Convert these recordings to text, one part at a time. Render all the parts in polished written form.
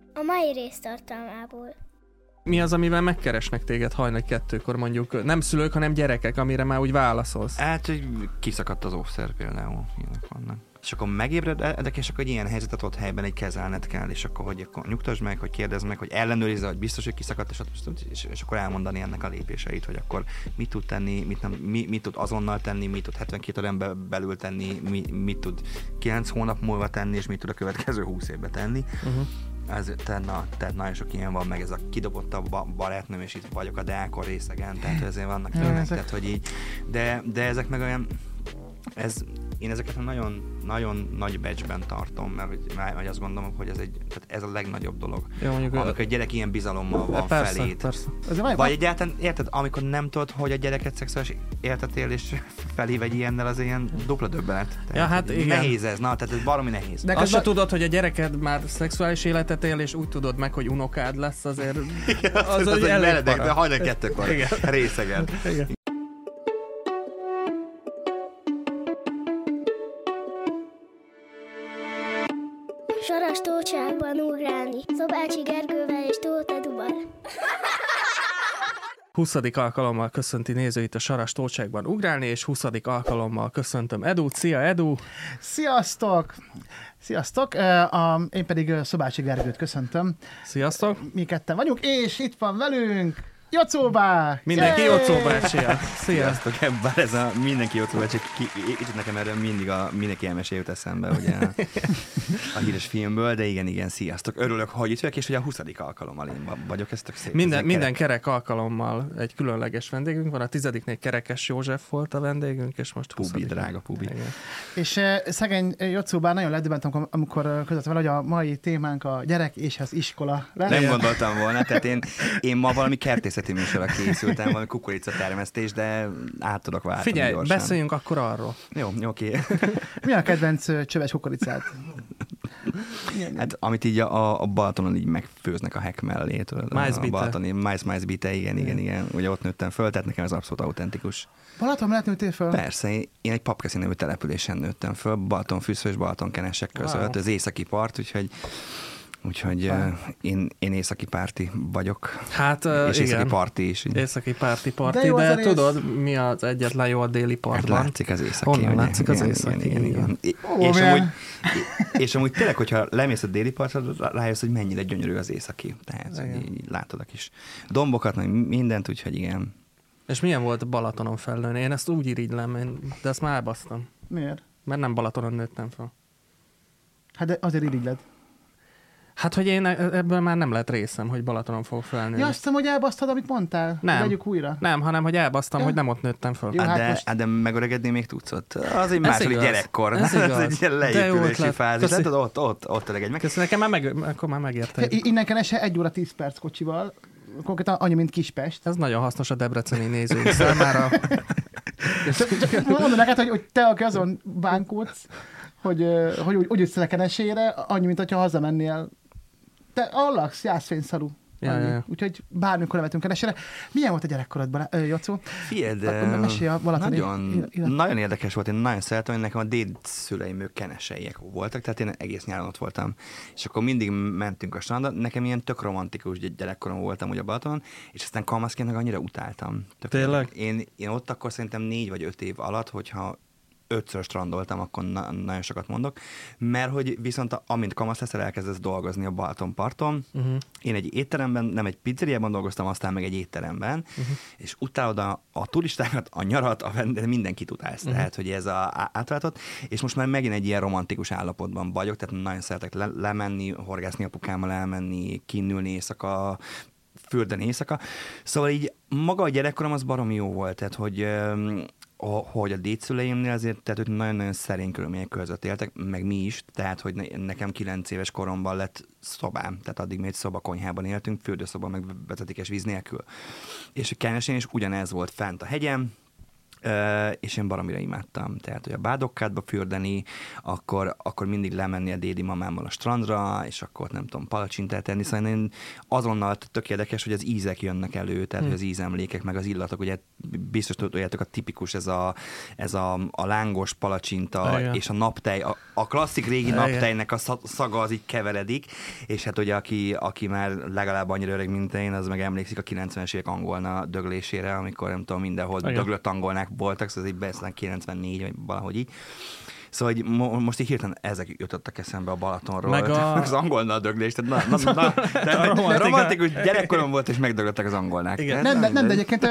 A mai rész tartalmából. Mi az, amivel megkeresnek téged hajnali 2-kor mondjuk? Nem szülők, hanem gyerekek, amire már úgy válaszolsz. Hát, hogy kiszakadt az óvszer például, ilyenek vannak. És akkor megébredek, és akkor egy ilyen helyzetet ott helyben egy kezelned kell, és akkor, hogy akkor nyugtasd meg, hogy kérdezd meg, hogy ellenőrizze, hogy biztos, hogy kiszakadt, és akkor elmondani ennek a lépéseit, hogy akkor mit tud tenni, mit tud azonnal tenni, mit tud 72 órán belül tenni, mit tud 9 hónap múlva tenni, és mit tud a következő 20 évben tenni. Tehát nagyon sok ilyen van, meg ez a kidobott a barátnőm, és itt vagyok a Deákon részegen, tehát ezért vannak ilyenek, tehát hogy így, de ezek meg olyan, én ezeket nagyon nagy becsben tartom, mert hogy azt gondolom, hogy tehát ez a legnagyobb dolog. Jó, amikor a gyerek ilyen bizalommal van feléd. Persze. Vagy egyáltalán, érted, amikor nem tudod, hogy a gyereket szexuális életet él, és felhív egy ilyennel, az ilyen dupla döbbenet. Ja, hát igen. Nehéz ez, tehát ez baromi nehéz. De azt se tudod, hogy a gyereked már szexuális életet él, és úgy tudod meg, hogy unokád lesz, azért az elég para. De hajnal 2-kor részegen. Igen. Saras tócsákban ugrálni, Szobácsi Gergővel és Tóth Eduval. 20. alkalommal köszönti nézőit a Saras tócsákban ugrálni, és 20. alkalommal köszöntöm Edut. Szia, Edu! Sziasztok! Sziasztok! Én pedig Szobácsi Gergőt köszöntöm. Sziasztok! Mi ketten vagyunk, és itt van velünk Jocó bá! Mindenki Jocó bácsia! Sziasztok! Bár ez a mindenki Jocó bácsi, kicsit nekem erre mindig mindenki elmesél jut eszembe, ugye a híres filmből, de igen, sziasztok! Örülök, hogy itt vagyok, és hogy a 20. alkalommal én vagyok, ez tök szép. Minden kerek alkalommal egy különleges vendégünk van, a 10-nél Kerekes József volt a vendégünk, és most 20. Pubi, drága Pubi. Igen. És szegény Jocó bá nagyon ledöbbentem, amikor közöttem vele, hogy a mai témánk a gyerek és az iskola lesz. Nem gondoltam volna, tehát én ma valami kertészeti műsorra készültem, valami kukoricatermesztés, de át tudok váltani. Figyelj, gyorsan. beszéljünk akkor arról. Jó, oké. Mi a kedvenc csöves kukoricát? Hát amit így a Balatonon így megfőznek a hek mellé. A balatoni májzbite, igen. Ugye ott nőttem föl, tehát nekem ez abszolút autentikus. Balaton mellett nőttél föl? Persze, én egy Papkeszi nevű településen nőttem föl, Balatonfüszfő és Balatonkenesek között, az északi part, úgyhogy én északi párti vagyok. Hát és igen. északi parti is. Északi parti, de tudod, mi az egyetlen jó a déli partban? Hát látszik az északi. Honnan látszik az északi? Igen. És amúgy tényleg, hogyha lemész a déli partra, rájössz, hogy mennyire gyönyörű az északi. Tehát így látod a kis dombokat, meg mindent, úgyhogy igen. És milyen volt Balatonon felnőni? Én ezt úgy irigylem, de ezt már elbasztam. Miért? Mert nem Balatonon nőttem fel. Hát de azért irigyled. Hát, hogy én ebből már nem lett részem, hogy Balatonon fogok felnőni. Ja, azt hiszem, hogy elbasztad, amit mondtál. Nem. Vegyük újra. Nem, hanem, hogy elbasztam, hogy nem ott nőttem fel. Jó, de megöregedni még tudsz ott. Az egy második gyerekkor. Ez egy ilyen leépülési fázis. Tehát ott öregedj meg. Köszönöm, nekem akkor már megérte. Innen Kenese 1 óra 10 perc kocsival. Konkrétan annyi, mint Kispest. Ez nagyon hasznos a debreceni nézők számára. Csak mondom neked, hogy te, aki azon bánkódsz, hogy úgy jössz a Kenesére, annyi, mint hogyha hazamennél. Te allaksz, jászfényszarú. Ja. Úgyhogy bármikor levetünk Kenesére. Milyen volt a gyerekkorodban, Jocó? Figyeld, nagyon érdekes volt, én nagyon szeretem, hogy nekem a dédszüleim ők keneseiek voltak, tehát én egész nyáron ott voltam. És akkor mindig mentünk a strandra, nekem ilyen tök romantikus gyerekkorom voltam ugye a Balatonon, és aztán kamaszként meg annyira utáltam. Tényleg? Én ott akkor szerintem 4 vagy 5 év alatt, hogyha 5-ször strandoltam, akkor nagyon sokat mondok, mert hogy viszont amint kamasz leszel, elkezdesz dolgozni a Balatonparton. Én egy étteremben, nem egy pizzeriában dolgoztam, aztán meg egy étteremben, és utálod a turistákat, a nyarat, mindenkit utálsz. Tehát, hogy ez átváltott, és most már megint egy ilyen romantikus állapotban vagyok, tehát nagyon szeretek lemenni, horgászni apukámmal, elmenni, kinnülni éjszaka, fürdeni éjszaka. Szóval így maga a gyerekkorom az baromi jó volt, tehát, hogy a dédszüleimnél azért, tehát ők nagyon-nagyon szerény körülmények között éltek, meg mi is, tehát hogy nekem 9 éves koromban lett szobám, tehát addig még egy szobakonyhában éltünk, fürdőszoba meg vezetékes víz nélkül. És a Kenesén is ugyanez volt fent a hegyen, És én baromira imádtam. Tehát, hogy a Bádokkádba fürdeni, akkor mindig lemenni a dédi mamámmal a strandra, és akkor nem tudom, palacsintát tenni. Szóval én azonnal tök érdekes, hogy az ízek jönnek elő, tehát hogy az ízemlékek, meg az illatok, ugye biztos tudjátok, a tipikus ez a lángos palacsinta, és a naptej, a klasszik régi naptejnek a szaga az így keveredik, és hát ugye aki már legalább annyira öreg, mint én, az meg emlékszik a 90-es évek angolna döglésére, amikor nem tudom, mindenhol döglött angolnák voltak, szóval ez így beszélnek 94, vagy valahogy így. Szóval hogy most így hirtelen ezek jutottak eszembe a Balatonról. Meg az angolna döglés. Tehát romantikus gyerekkorom volt, és megdöglöttek az angolnák. Nem, de egyébként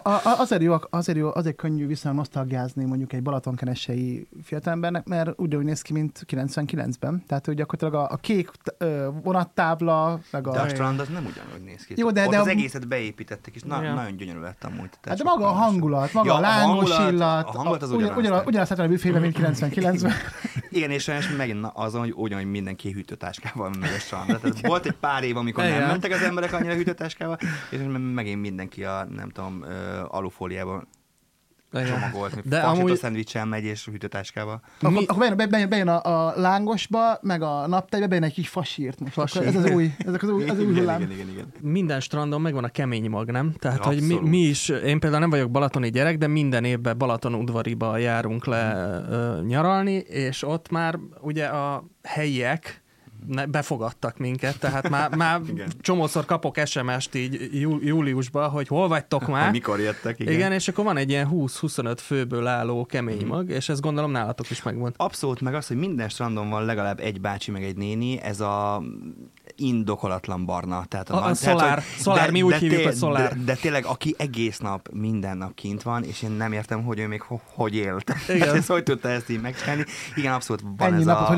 azért könnyű viszont nosztalgiázni mondjuk egy balatonkenessei fiatalembernek, mert ugyanúgy néz ki, mint 99-ben. Tehát, hogy gyakorlatilag a kék vonattábla, meg De a strand az nem ugyanúgy néz ki. Jó, de az egészet beépítettek, és nagyon gyönyörű lett amúgy. Hát de maga a hangulat, maga a lángos illat, a hangulat az ugyanazt a büfében, mint 99. Igen, és megint azon, hogy ugyanúgy mindenki hűtőtáskával megy a strandra. Tehát volt egy pár év, amikor nem mentek az emberek annyira hűtőtáskával, és megint mindenki a, nem tudom, alufóliában csomagolt, de amúgy a szendvicsel megy és hűtőtáskával. Akkor bejön a lángosba, meg a naptejbe, bejön egy kis fasírt. Ez az új hullám. Igen. Minden strandon megvan a kemény mag, nem? Tehát, hogy mi is, én például nem vagyok balatoni gyerek, de minden évben Balatonudvariba járunk le nyaralni, és ott már ugye a helyiek befogadtak minket, tehát már csomószor kapok SMS-t így júliusban, hogy hol vagytok már. Mikor jöttek, igen, és akkor van egy ilyen 20-25 főből álló kemény mag, és ez gondolom nálatok is megvan. Abszolút, meg az, hogy minden strandon van legalább egy bácsi, meg egy néni, ez a indokolatlan barna. Tehát a szolár, mi úgy hívjuk, hogy szolár. De tényleg, aki egész nap, minden nap kint van, és én nem értem, hogy ő még hogy élt. Ez hogy tudta ezt így megcsinálni. Igen, abszolút van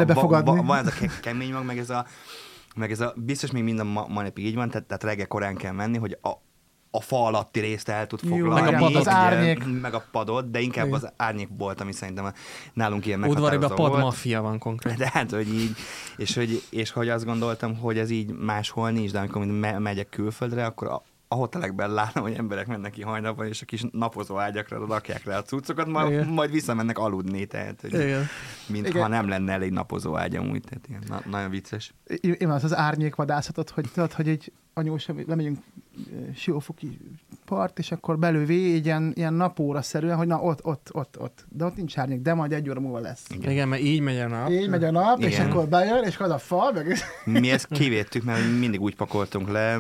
ez a kemény mag, meg ez a biztos még minden ma napig így van, tehát reggel korán kell menni, hogy a fa alatti részt el tud foglalni. Meg a pad, az árnyék. Meg a padot, de inkább az árnyék volt, ami szerintem nálunk ilyen meghatározó volt. Udvariban padmafia van konkrétan. De hát, hogy így, és hogy azt gondoltam, hogy ez így máshol nincs, de amikor megyek külföldre, akkor a hotelekben látom, hogy emberek mennek ki hajnalban, és a kis napozó ágyakra rakják le a cuccokat, majd visszamennek aludni, tehát mintha nem lenne elég napozó ágyam úgy, tehát ilyen, nagyon vicces. Én az árnyékvadászatot, hogy tudod, hogy egy anyós, lemegyünk Siófoki part, és akkor belővé egy ilyen napóra-szerűen, hogy na ott. De ott nincs árnyék, de majd egy óra múlva lesz. Igen, mert így megy a nap. Így megy a nap, és akkor bejön, és az a fal, meg... Mi ezt kivédtük, mert mindig úgy pakoltunk le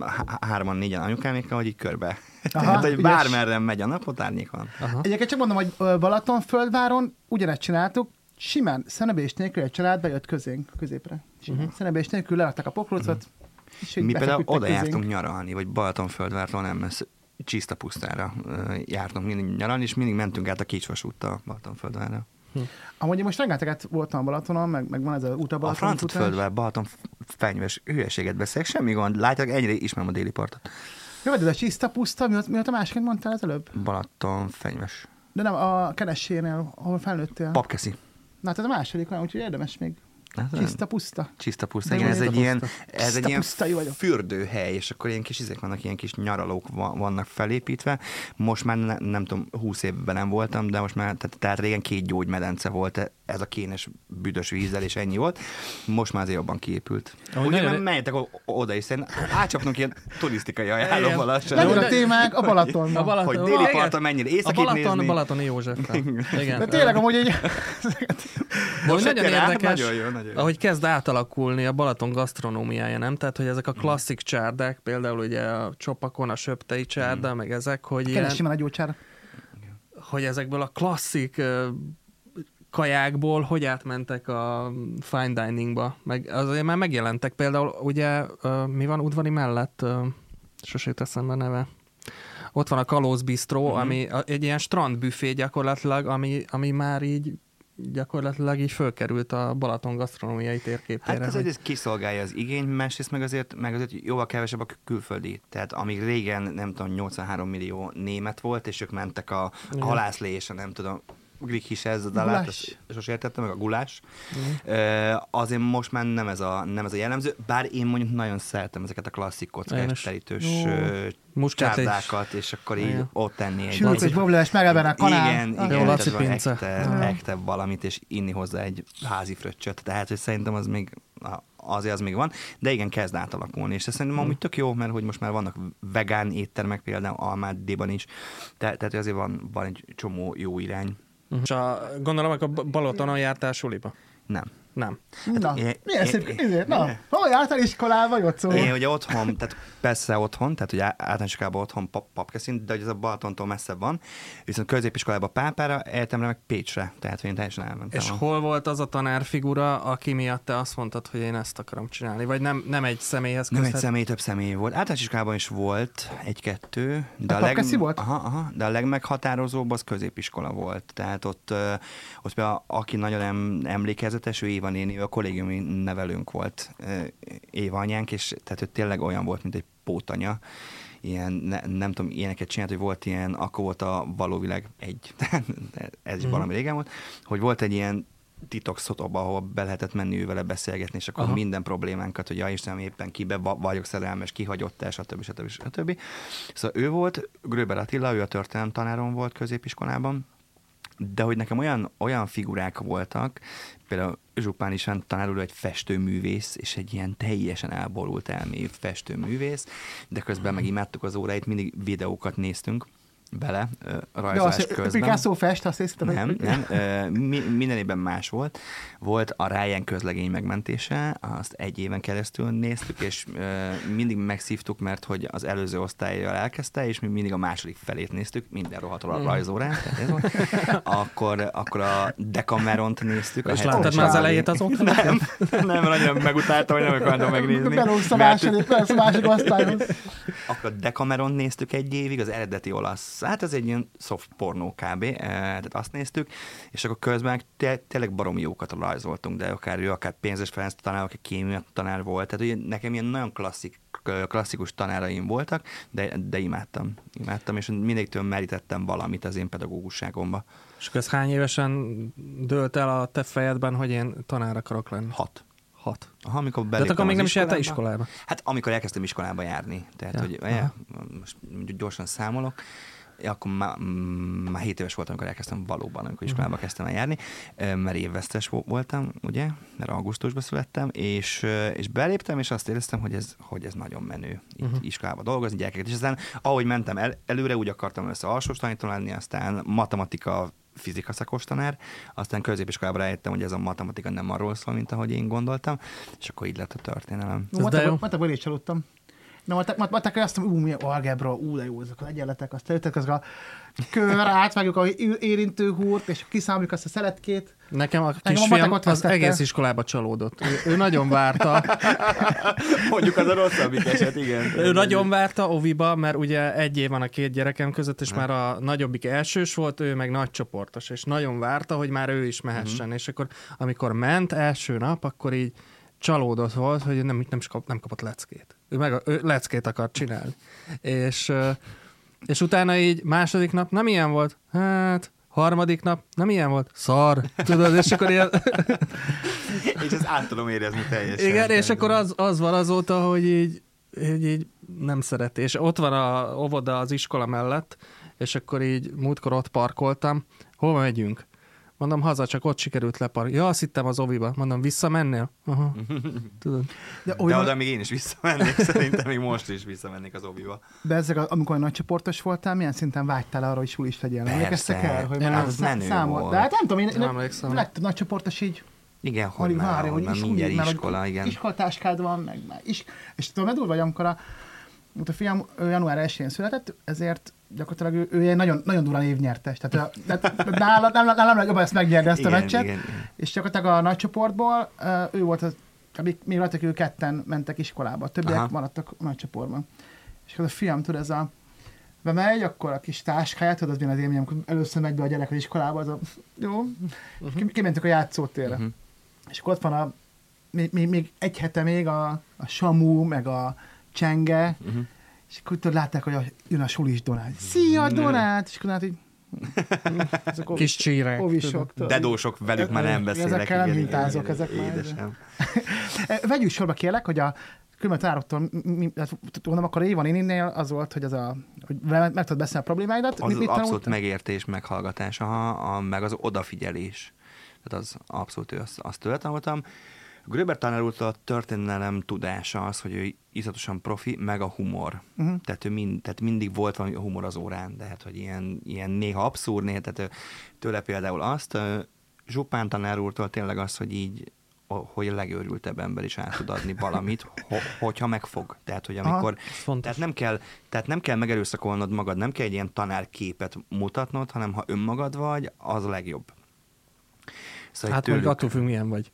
3-4 anyukámékkal, hogy így körbe. Tehát, hogy bármerre megy a nap, ott árnyék van. Egyébként csak mondom, hogy Balatonföldváron ugyanezt csináltuk, simán szenebés nélkül egy család bejött középre. Szenebés nélkül lerakták a pokrócot, mi például oda jártunk nyaralni, vagy Balatonföldvártól nem, mert Csiszta pusztára jártunk mindig nyaralni, és mindig mentünk át a Kicsvasúttal Balatonföldvárra. Amúgy én most rengeteget voltam a Balatonon, meg van ez az út a Balaton. A Francföldvár, Balatonfenyves hülyeséget beszélek, semmi gond. Látják, ennyire ismerem a déli partot. Jó, de a Csiszta puszta, mi volt a másként mondtál az előbb? Balatonfenyves. De nem, a Keressénél, ahol felnőttél. Papkeszi. Na, tehát a második van, úgyhogy érdemes még. Csiszta puszta. Csiszta puszta, igen, ez egy ilyen fürdőhely, és akkor ilyen kis izék vannak, ilyen kis nyaralók vannak felépítve. Most már nem tudom, 20 évben nem voltam, de most már, tehát régen 2 gyógymedence volt, ez a kénes büdös vízzel, és ennyi volt. Most már azért jobban kiépült. Ugye menjetek oda is, szerintem átcsapnunk ilyen turisztikai ajánlóval lassan. Legyen a témánk a Balaton. Hogy déli parton mennyire északit nézni. A Balatoni Józsefre. De tényleg amúgy egy... De nagyon érdekes, ahogy kezd átalakulni a Balaton gasztronómiája, nem? Tehát, hogy ezek a klasszik csárdák, például ugye a Csopakon, a söptei csárda, meg ezek, hogy ilyen... Keressél már egy jó csárda. Hogy ezekből a klasszik kajákból hogy átmentek a fine diningba. Meg azért már megjelentek például, ugye mi van Udvari mellett? Sose jut eszembe neve. Ott van a Kalóz Bistro, ami egy ilyen strandbüfé gyakorlatilag, ami már így gyakorlatilag így fölkerült a Balaton gasztronómiai térképére. Hát ez kiszolgálja az igényt, másrészt meg azért jóval kevesebb a külföldi. Tehát amíg régen, nem tudom, 83 millió német volt, és ők mentek a halászlé és a nem tudom, Grikhis ez a dalát, sose értettem, meg a gulás. Azért most már nem ez a jellemző, bár én mondjuk nagyon szeretem ezeket a klasszik kockás terítős csárdákat, és akkor így ott tenni egy... Sülkös boblás, meg ebben a kanál. Igen, ektebb valamit, és inni hozzá egy házi fröccsöt. Tehát, hogy szerintem az még az még van, de igen, kezd átalakulni, és ez szerintem amúgy tök jó, mert hogy most már vannak vegán éttermek, például Almádéban is, tehát azért van egy csomó jó irány. És gondolom, akkor Balatonon jártál suliba? Nem. Na, milyen szép, hol jártál iskolába, vagy ott szóval? Én ugye otthon, tehát persze otthon, tehát ugye általános iskolában otthon Papkeszin, de hogy ez a Balatontól messzebb van, viszont középiskolában Pápára, egyetemre meg Pécsre, tehát hogy én teljesen elmentem. És hol volt az a tanárfigura, aki miatt te azt mondtad, hogy én ezt akarom csinálni? Vagy nem egy személyhez köszönhet? Nem egy személy, több személy volt. Általános iskolában is volt egy-kettő, de volt? De a legmeghatározóbb az középiskola volt. Tehát ott például, aki nagyon emlékezetes, ő Éva néni, ő a kollégiumi nevelőnk volt, Éva anyánk, és tehát ő tényleg olyan volt, mint egy pótanya. Ilyen, nem tudom, ilyeneket csinált, hogy volt ilyen, akkor volt a valóvilág ez is valami régen volt, hogy volt egy ilyen titok szotoba, ahol be lehetett menni ő vele beszélgetni, és akkor minden problémánkat, hogy Istenem, éppen kibe vagyok szerelmes, kihagyott el, stb. Szóval ő volt, Gröber Attila, ő a történelem tanárom volt középiskolában, de hogy nekem olyan figurák voltak, például Zsupán István tanár úr egy festőművész, és egy ilyen teljesen elborult elmélyű festőművész, de közben meg imádtuk az óráit, mindig videókat néztünk bele rajzolás közben. Picasso fest, azt hiszem. Nem. Minden évben más volt. Volt a Ryan közlegény megmentése, azt egy éven keresztül néztük, és mindig megszívtuk, mert hogy az előző osztályjal elkezdte, és mi mindig a második felét néztük, minden rohadtul a rajzórán. Akkor a Decameront néztük. És láttad már az elejét azóta? Nem, nagyon megutáltam, hogy nem akarom megnézni. Belógsz a második osztályhoz. Akkor a Decameront néztük egy évig, az eredeti olasz. Hát ez egy ilyen soft pornó kb. Tehát azt néztük, és akkor közben tényleg baromi jókat rajzoltunk, de akár ő, akár Pénzes Ferenc tanár, aki kémia tanár volt. Tehát ugye nekem ilyen nagyon klasszikus tanáraim voltak, de imádtam, és mindig tőlem merítettem valamit az én pedagógusságomba. És akkor ez hány évesen dőlt el a te fejedben, hogy én tanár akarok lenni? 6. Aha, amikor de akkor még nem is jártál iskolába? Hát amikor elkezdtem iskolába járni. Tehát, hogy most gyorsan számolok, akkor már 7 éves voltam, amikor elkezdtem valóban, amikor iskolába kezdtem el járni, mert évvesztes voltam, ugye, mert augusztusban születtem, és beléptem, és azt éreztem, hogy ez nagyon menő iskolába dolgozni, gyerekeket. És aztán, ahogy mentem előre, úgy akartam össze alsós tanító lenni, aztán matematika, fizika szakos tanár, aztán középiskolában rájöttem, hogy ez a matematika nem arról szól, mint ahogy én gondoltam, és akkor így lett a történelem. Matekból is csalódtam. Na, matek azt mondom, milyen algebra, de jó, ezek az egyenletek, azt előttek, az a kör, átvágjuk a érintő húrt, és kiszámoljuk azt a szeletkét. Nekem a kisfiam az egész iskolába csalódott. Ő nagyon várta. Mondjuk az a rosszabbik eset, igen. Ő nagyon várta oviba, mert ugye egy év van a két gyerekem között, és már a nagyobbik elsős volt, ő meg nagycsoportos, és nagyon várta, hogy már ő is mehessen. És akkor, amikor ment első nap, akkor így csalódott volt, hogy nem kapott leckét. Ő leckét akart csinálni. És utána így második nap nem ilyen volt. Hát, harmadik nap nem ilyen volt. Szar. Tudod, és akkor ilyen... És ezt át tudom érezni teljesen. Igen, és akkor az van azóta, hogy így nem szereti. És ott van a óvoda az iskola mellett, és akkor így múltkor ott parkoltam. Hova megyünk? Mondom, haza, csak ott sikerült leparkolni. Ja, azt hittem az oviba. Mondom, visszamennél? Aha. Tudod. De oda még én is visszamennék. Szerintem még most is visszamennék az oviba. De ezek, amikor nagycsoportos voltál, milyen szinten vágytál arra, hogy sulis legyél? Emlékeztek el? Hogy már az menő volt. De hát nem tudom, én lett nagycsoportos így. Igen, hogy már mindjárt iskola, igen. Iskolatáskád van, meg már is. És tudom, medúl vagy, amikor a fiam január 1-én született, ezért gyakorlatilag ő egy nagyon, nagyon durán évnyertes. Tehát nálam jobban ezt megnyerni ezt a meccset. Igen. És gyakorlatilag a nagycsoportból ő volt az, még rajtak ők ketten mentek iskolába, többiek maradtak a nagycsoportban. És akkor a fiam, tudod, ez a bemegy, akkor a kis táskáját, tudod, az milyen az élmény, amikor először megy be a gyerek az iskolába, az a jó, kimentük a játszótérre. És akkor ott van még egy hete még a Samu, meg a Csenge, és akkor tudod, látták, hogy jön a sulis Donát. Szia, Donát! És akkor így, Kis csírek. Ovisok. Dedósok, velük már nem beszélek. Ezekkel nem hintázok, ezek már. Édesem. Vegyük sorba kérlek, hogy a különböző tanároktól, tudom, akkor Éva néninél az volt, hogy, hogy meg tudod beszélni a problémáidat. Az abszolút megértés, meghallgatás, meg az odafigyelés. Tehát az abszolút azt tőle tanultam. Gröber tanár úrtól a történelem tudása az, hogy ő iszonyatosan profi, meg a humor. Tehát mindig volt valami humor az órán, de hát, hogy ilyen néha abszurd, néha, tehát tőle például azt, Zsupán tanár úrtól tényleg az, hogy így, hogy a legőrültebb ember is át tud adni valamit, hogyha megfog. Tehát, hogy amikor... Tehát nem kell megerőszakolnod magad, nem kell egy ilyen tanárképet mutatnod, hanem ha önmagad vagy, az a legjobb. Szóval hát mondjuk attól függ, milyen vagy.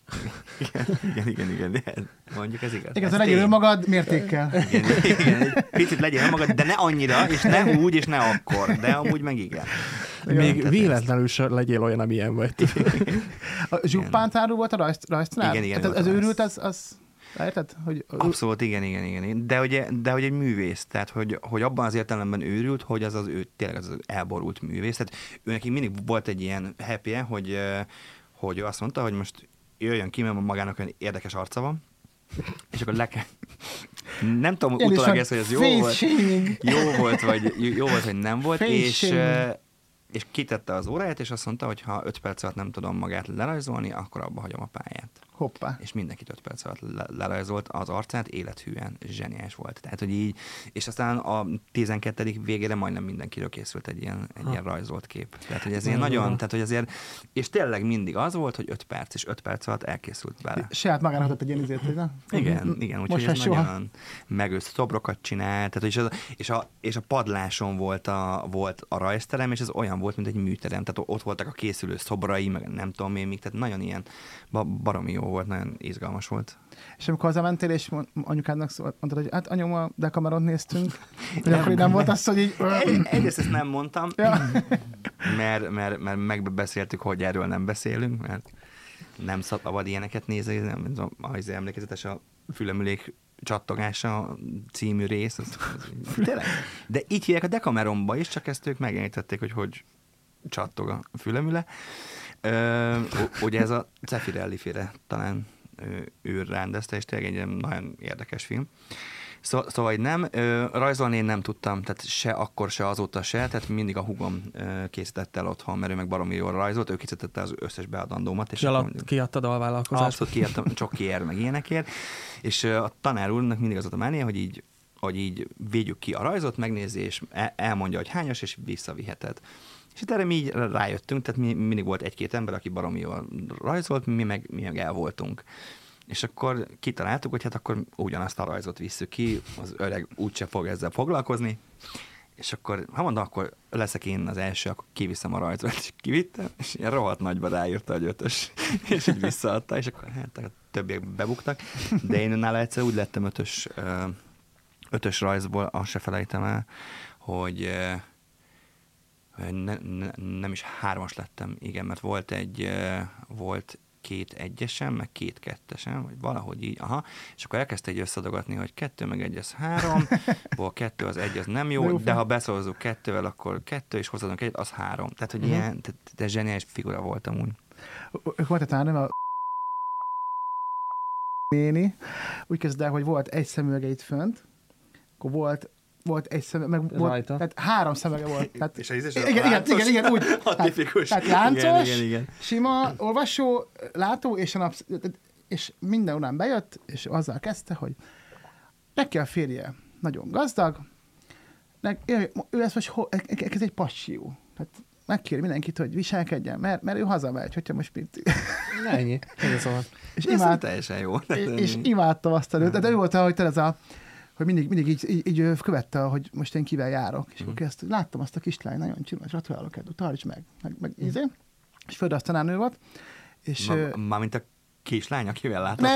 Igen. Mondjuk ez igaz. Igen, legyél önmagad mértékkel. Igen, egy picit legyél önmagad, de ne annyira, és ne úgy, és ne akkor. De amúgy meg igen. Még véletlenül sem legyél olyan, amilyen vagy. A Zsupán tanár volt a rajztanár? Igen. Az őrült, az érted? Abszolút, igen. De hogy egy művész, tehát hogy abban az értelemben őrült, hogy az ő tényleg az elborult művész. Tehát ő neki mindig volt egy ilyen happy-e, hogy ő azt mondta, hogy most jöjjön ki, mert magának olyan érdekes arca van, és akkor nem tudom utólag ezt, hogy ez jó volt, vagy nem volt, és kitette az óráját, és azt mondta, hogy ha 5 perc alatt nem tudom magát lerajzolni, akkor abba hagyom a pályát. Hoppá. És mindenkit 5 perc alatt lerajzolt az arcát, élethűen, zseniás volt. Tehát, hogy így, és aztán a 12. végére majdnem mindenkiről készült egy ilyen rajzolt kép. Tehát, hogy ez ilyen nagyon, tehát, hogy azért, és tényleg mindig az volt, hogy 5 perc, és 5 perc alatt elkészült vele. Saját magának adott egy ilyen izét, hogy na? Igen, úgyhogy ez nagyon megősz szobrokat csinált, tehát, és a padláson volt a rajzterem, és ez olyan volt, mint egy műterem, tehát ott voltak a készülő szobrai, meg nem tudom én még, tehát nagyon ilyen baromi jó volt, nagyon izgalmas volt. És amikor hazamentél, és anyukádnak mondtad, hogy hát anyom, a Decameron néztünk, hogy akkor nem volt az, hogy így... Egyrészt ezt nem mondtam, mert megbeszéltük, hogy erről nem beszélünk, mert nem szabad ilyeneket nézni, az emlékezetes a Fülemülék csattogása című rész. Tényleg. De így hívják a Decameronba is, csak ezt ők megjelenítették, hogy csattog a Fülemüle. Ugye ez a Zeffirelli-féle talán ő rendezte, és tényleg egy nagyon érdekes film. Szóval nem, rajzolni én nem tudtam, tehát se akkor, se azóta se, tehát mindig a húgom készítette el otthon, mert ő meg baromi jól rajzolt, ő készítette az összes beadandómat. És kiadtad a vállalkozást? Abszolút kiadtam, csokiért, meg ilyenekért, és a tanár úrnak mindig az volt a mánia, hogy így védjük ki a rajzot, megnézi, és elmondja, hogy hányos, és visszaviheted. És itt erre mi így rájöttünk, tehát mindig volt egy-két ember, aki baromi jól rajzolt, mi meg el voltunk. És akkor kitaláltuk, hogy hát akkor ugyanazt a rajzot visszük ki, az öreg úgyse fog ezzel foglalkozni, és akkor, ha mondom, akkor leszek én az első, akkor kiviszem a rajzot, és kivittem, és ilyen rohadt nagyba ráírta a 5-ös, és így visszaadta, és akkor hát a többiek bebuktak, de én nála egyszer úgy lettem 5-ös rajzból, azt se felejtem el, hogy nem is 3-as lettem, igen, mert volt 2 1-esen, meg 2 2-esen, vagy valahogy így, és akkor elkezdte egy összeadogatni, hogy 2 meg 1 az 3, 2 az 1 az nem jó, de ha beszorozzuk 2-vel, akkor 2, és hozzáadunk 1, az 3. Tehát, hogy ilyen, de zseniális figura voltam úgy. Volt egy tanárnőm, a néni, úgy kezdte el, hogy volt egy szemüvege itt fönt, akkor volt egy szemüvege, meg volt, tehát 3 szemüvege volt. Tehát, és az igen, úgy. A tipikus. Tehát láncos, igen. sima, olvasó, látó, és minden órán bejött, és azzal kezdte, hogy neki a férje nagyon gazdag, ő ez most, ez egy passió. Tehát megkéri mindenkit, hogy viselkedjen, mert ő hazamegy, hogyha most mit... Ennyi. És teljesen jó. És imádtam azt a nőt. De ő volt, hogy te ez a hogy mindig így követte, hogy most én kivel járok. És akkor kezdtem, láttam azt a kislány, nagyon csinos, gratulálok, Edu, tarts meg és földrajztanárnő volt. És, mármint a kislány, akivel látott?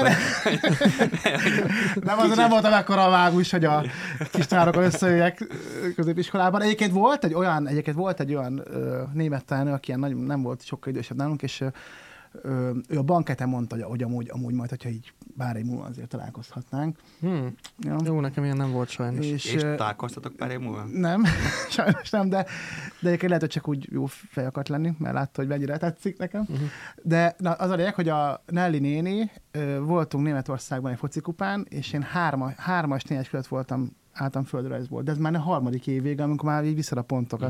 Nem volt mekkora a vágus, hogy a kistanárok összejöjjek középiskolában. Egyébként volt egy olyan német tanárnő, aki nem volt sokkal idősebb nálunk, és ő a banketen mondta, hogy amúgy majd, hogyha így pár év múlva azért találkozhatnánk. Ja. Jó, nekem ilyen nem volt sajnos. És találkoztatok pár év múlva? Nem, sajnos nem, de egyébként lehet, hogy csak úgy jó fej akart lenni, mert látta, hogy mennyire tetszik nekem. De na, az a lényeg, hogy a Nelly néni, voltunk Németországban egy focikupán, és én 3-4 között álltam földrajzból, de ez már a 3. év vége, amikor már így visszad a pontokat.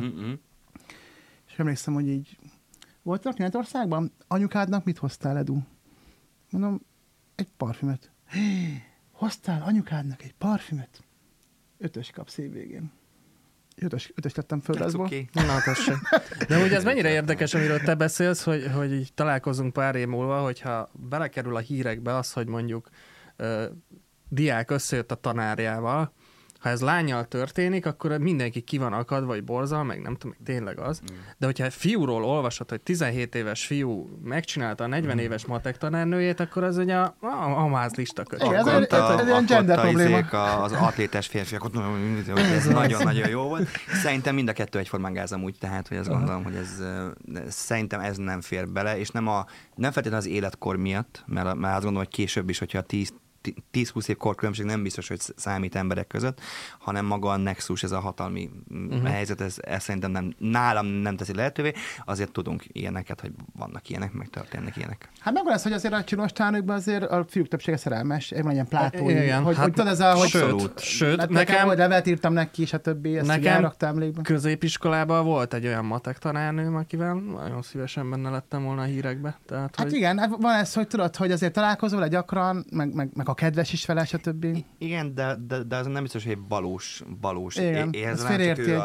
És emlékszem, hogy így voltak Németországban? Anyukádnak mit hoztál, Edu? Mondom, egy parfümöt. Hoztál anyukádnak egy parfümöt? 5-ös kapsz év végén. 5-ös lettem földrajzból. Na, tessék. De ugye ez mennyire érdekes, amiről te beszélsz, hogy így találkozunk pár év múlva, hogyha belekerül a hírekbe az, hogy mondjuk diák összejött a tanárjával, ha ez lánnyal történik, akkor mindenki ki van akadva, vagy borzal, meg nem tudom, tényleg az. De hogyha fiúról olvasod, hogy 17 éves fiú megcsinálta a 40 éves matek tanárnőjét, akkor az ugye a mázlista köcsög. Ez egy gender probléma. Az atlétás férfiak, ez nagyon-nagyon jó volt. Szerintem mind a kettő egyformán gáz amúgy, tehát hogy azt gondolom, hogy szerintem ez nem fér bele, és nem feltétlenül az életkor miatt, mert azt gondolom, hogy később is, hogyha 10-20 év korkülönbség nem biztos, hogy számít emberek között, hanem maga a nexus, ez a hatalmi helyzet, ez szerintem nálam nem teszi lehetővé, azért tudunk ilyeneket, hogy vannak ilyenek, meg történnek ilyenek. Hát megvan ez, hogy azért a csinos tanárnőkben azért a fiúk többsége szerelmes, van ilyen plátói, hogy tudod ez a... Sőt, nekem hogy levelet írtam neki, és a többi, ezt ugye elraktam emlékbe. Középiskolában volt egy olyan matek tanárnőm, akivel nagyon szívesen benne lettem volna a hírekbe. Tehát, hát igen, hát van ez, hogy tudod, hogy azért találkozol vele gyakran, meg a kedves is vele, stb. Igen, de az nem biztos, hogy egy balós. Igen, ez félreérti.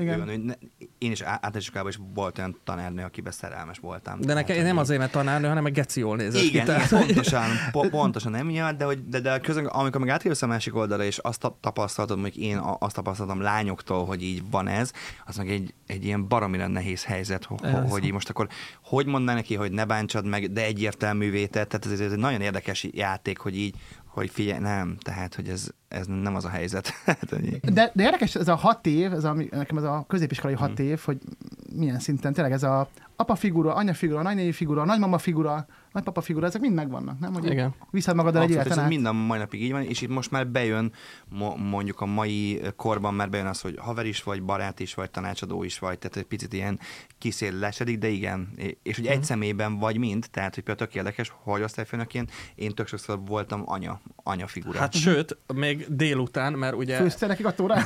Én is általánosiskolában is volt olyan tanárnő, akiben szerelmes voltam. De nekem nem azért, mert tanárnő, hanem egy geci jól nézett. Igen, pontosan emiatt, de közben, amikor meg átjössz a másik oldalra, és azt tapasztaltad, hogy én azt tapasztaltam lányoktól, hogy így van ez, az meg egy ilyen baromira nehéz helyzet, hogy így most akkor hogy mondaná neki, hogy ne bántsad meg, de egyértelművé tett. Tehát ez egy nagyon érdekes játék, hogy így, hogy figyelj, nem, tehát, hogy ez nem az a helyzet. de érdekes, ez a 6 év, nekem ez a középiskolai 6 év, hogy milyen szinten tényleg ez a apa figura, anya figura, nagynéni figura, nagymama figura, nagypapa figura, ezek mind megvannak, nem? Hogy igen. Viszed magaddal egy életen át. Ez mind a mai napig így van, és itt most már bejön, mondjuk a mai korban már bejön az, hogy haver is vagy, barát is vagy, tanácsadó is vagy, tehát egy picit ilyen kiszélesedik, de igen. És hogy egy személyben vagy mind, tehát hogy például tök érdekes, hogy osztályfőnökként én tök sokszor voltam anya figura. Hát sőt, még délután, mert ugye... Főztél nekik a tórán?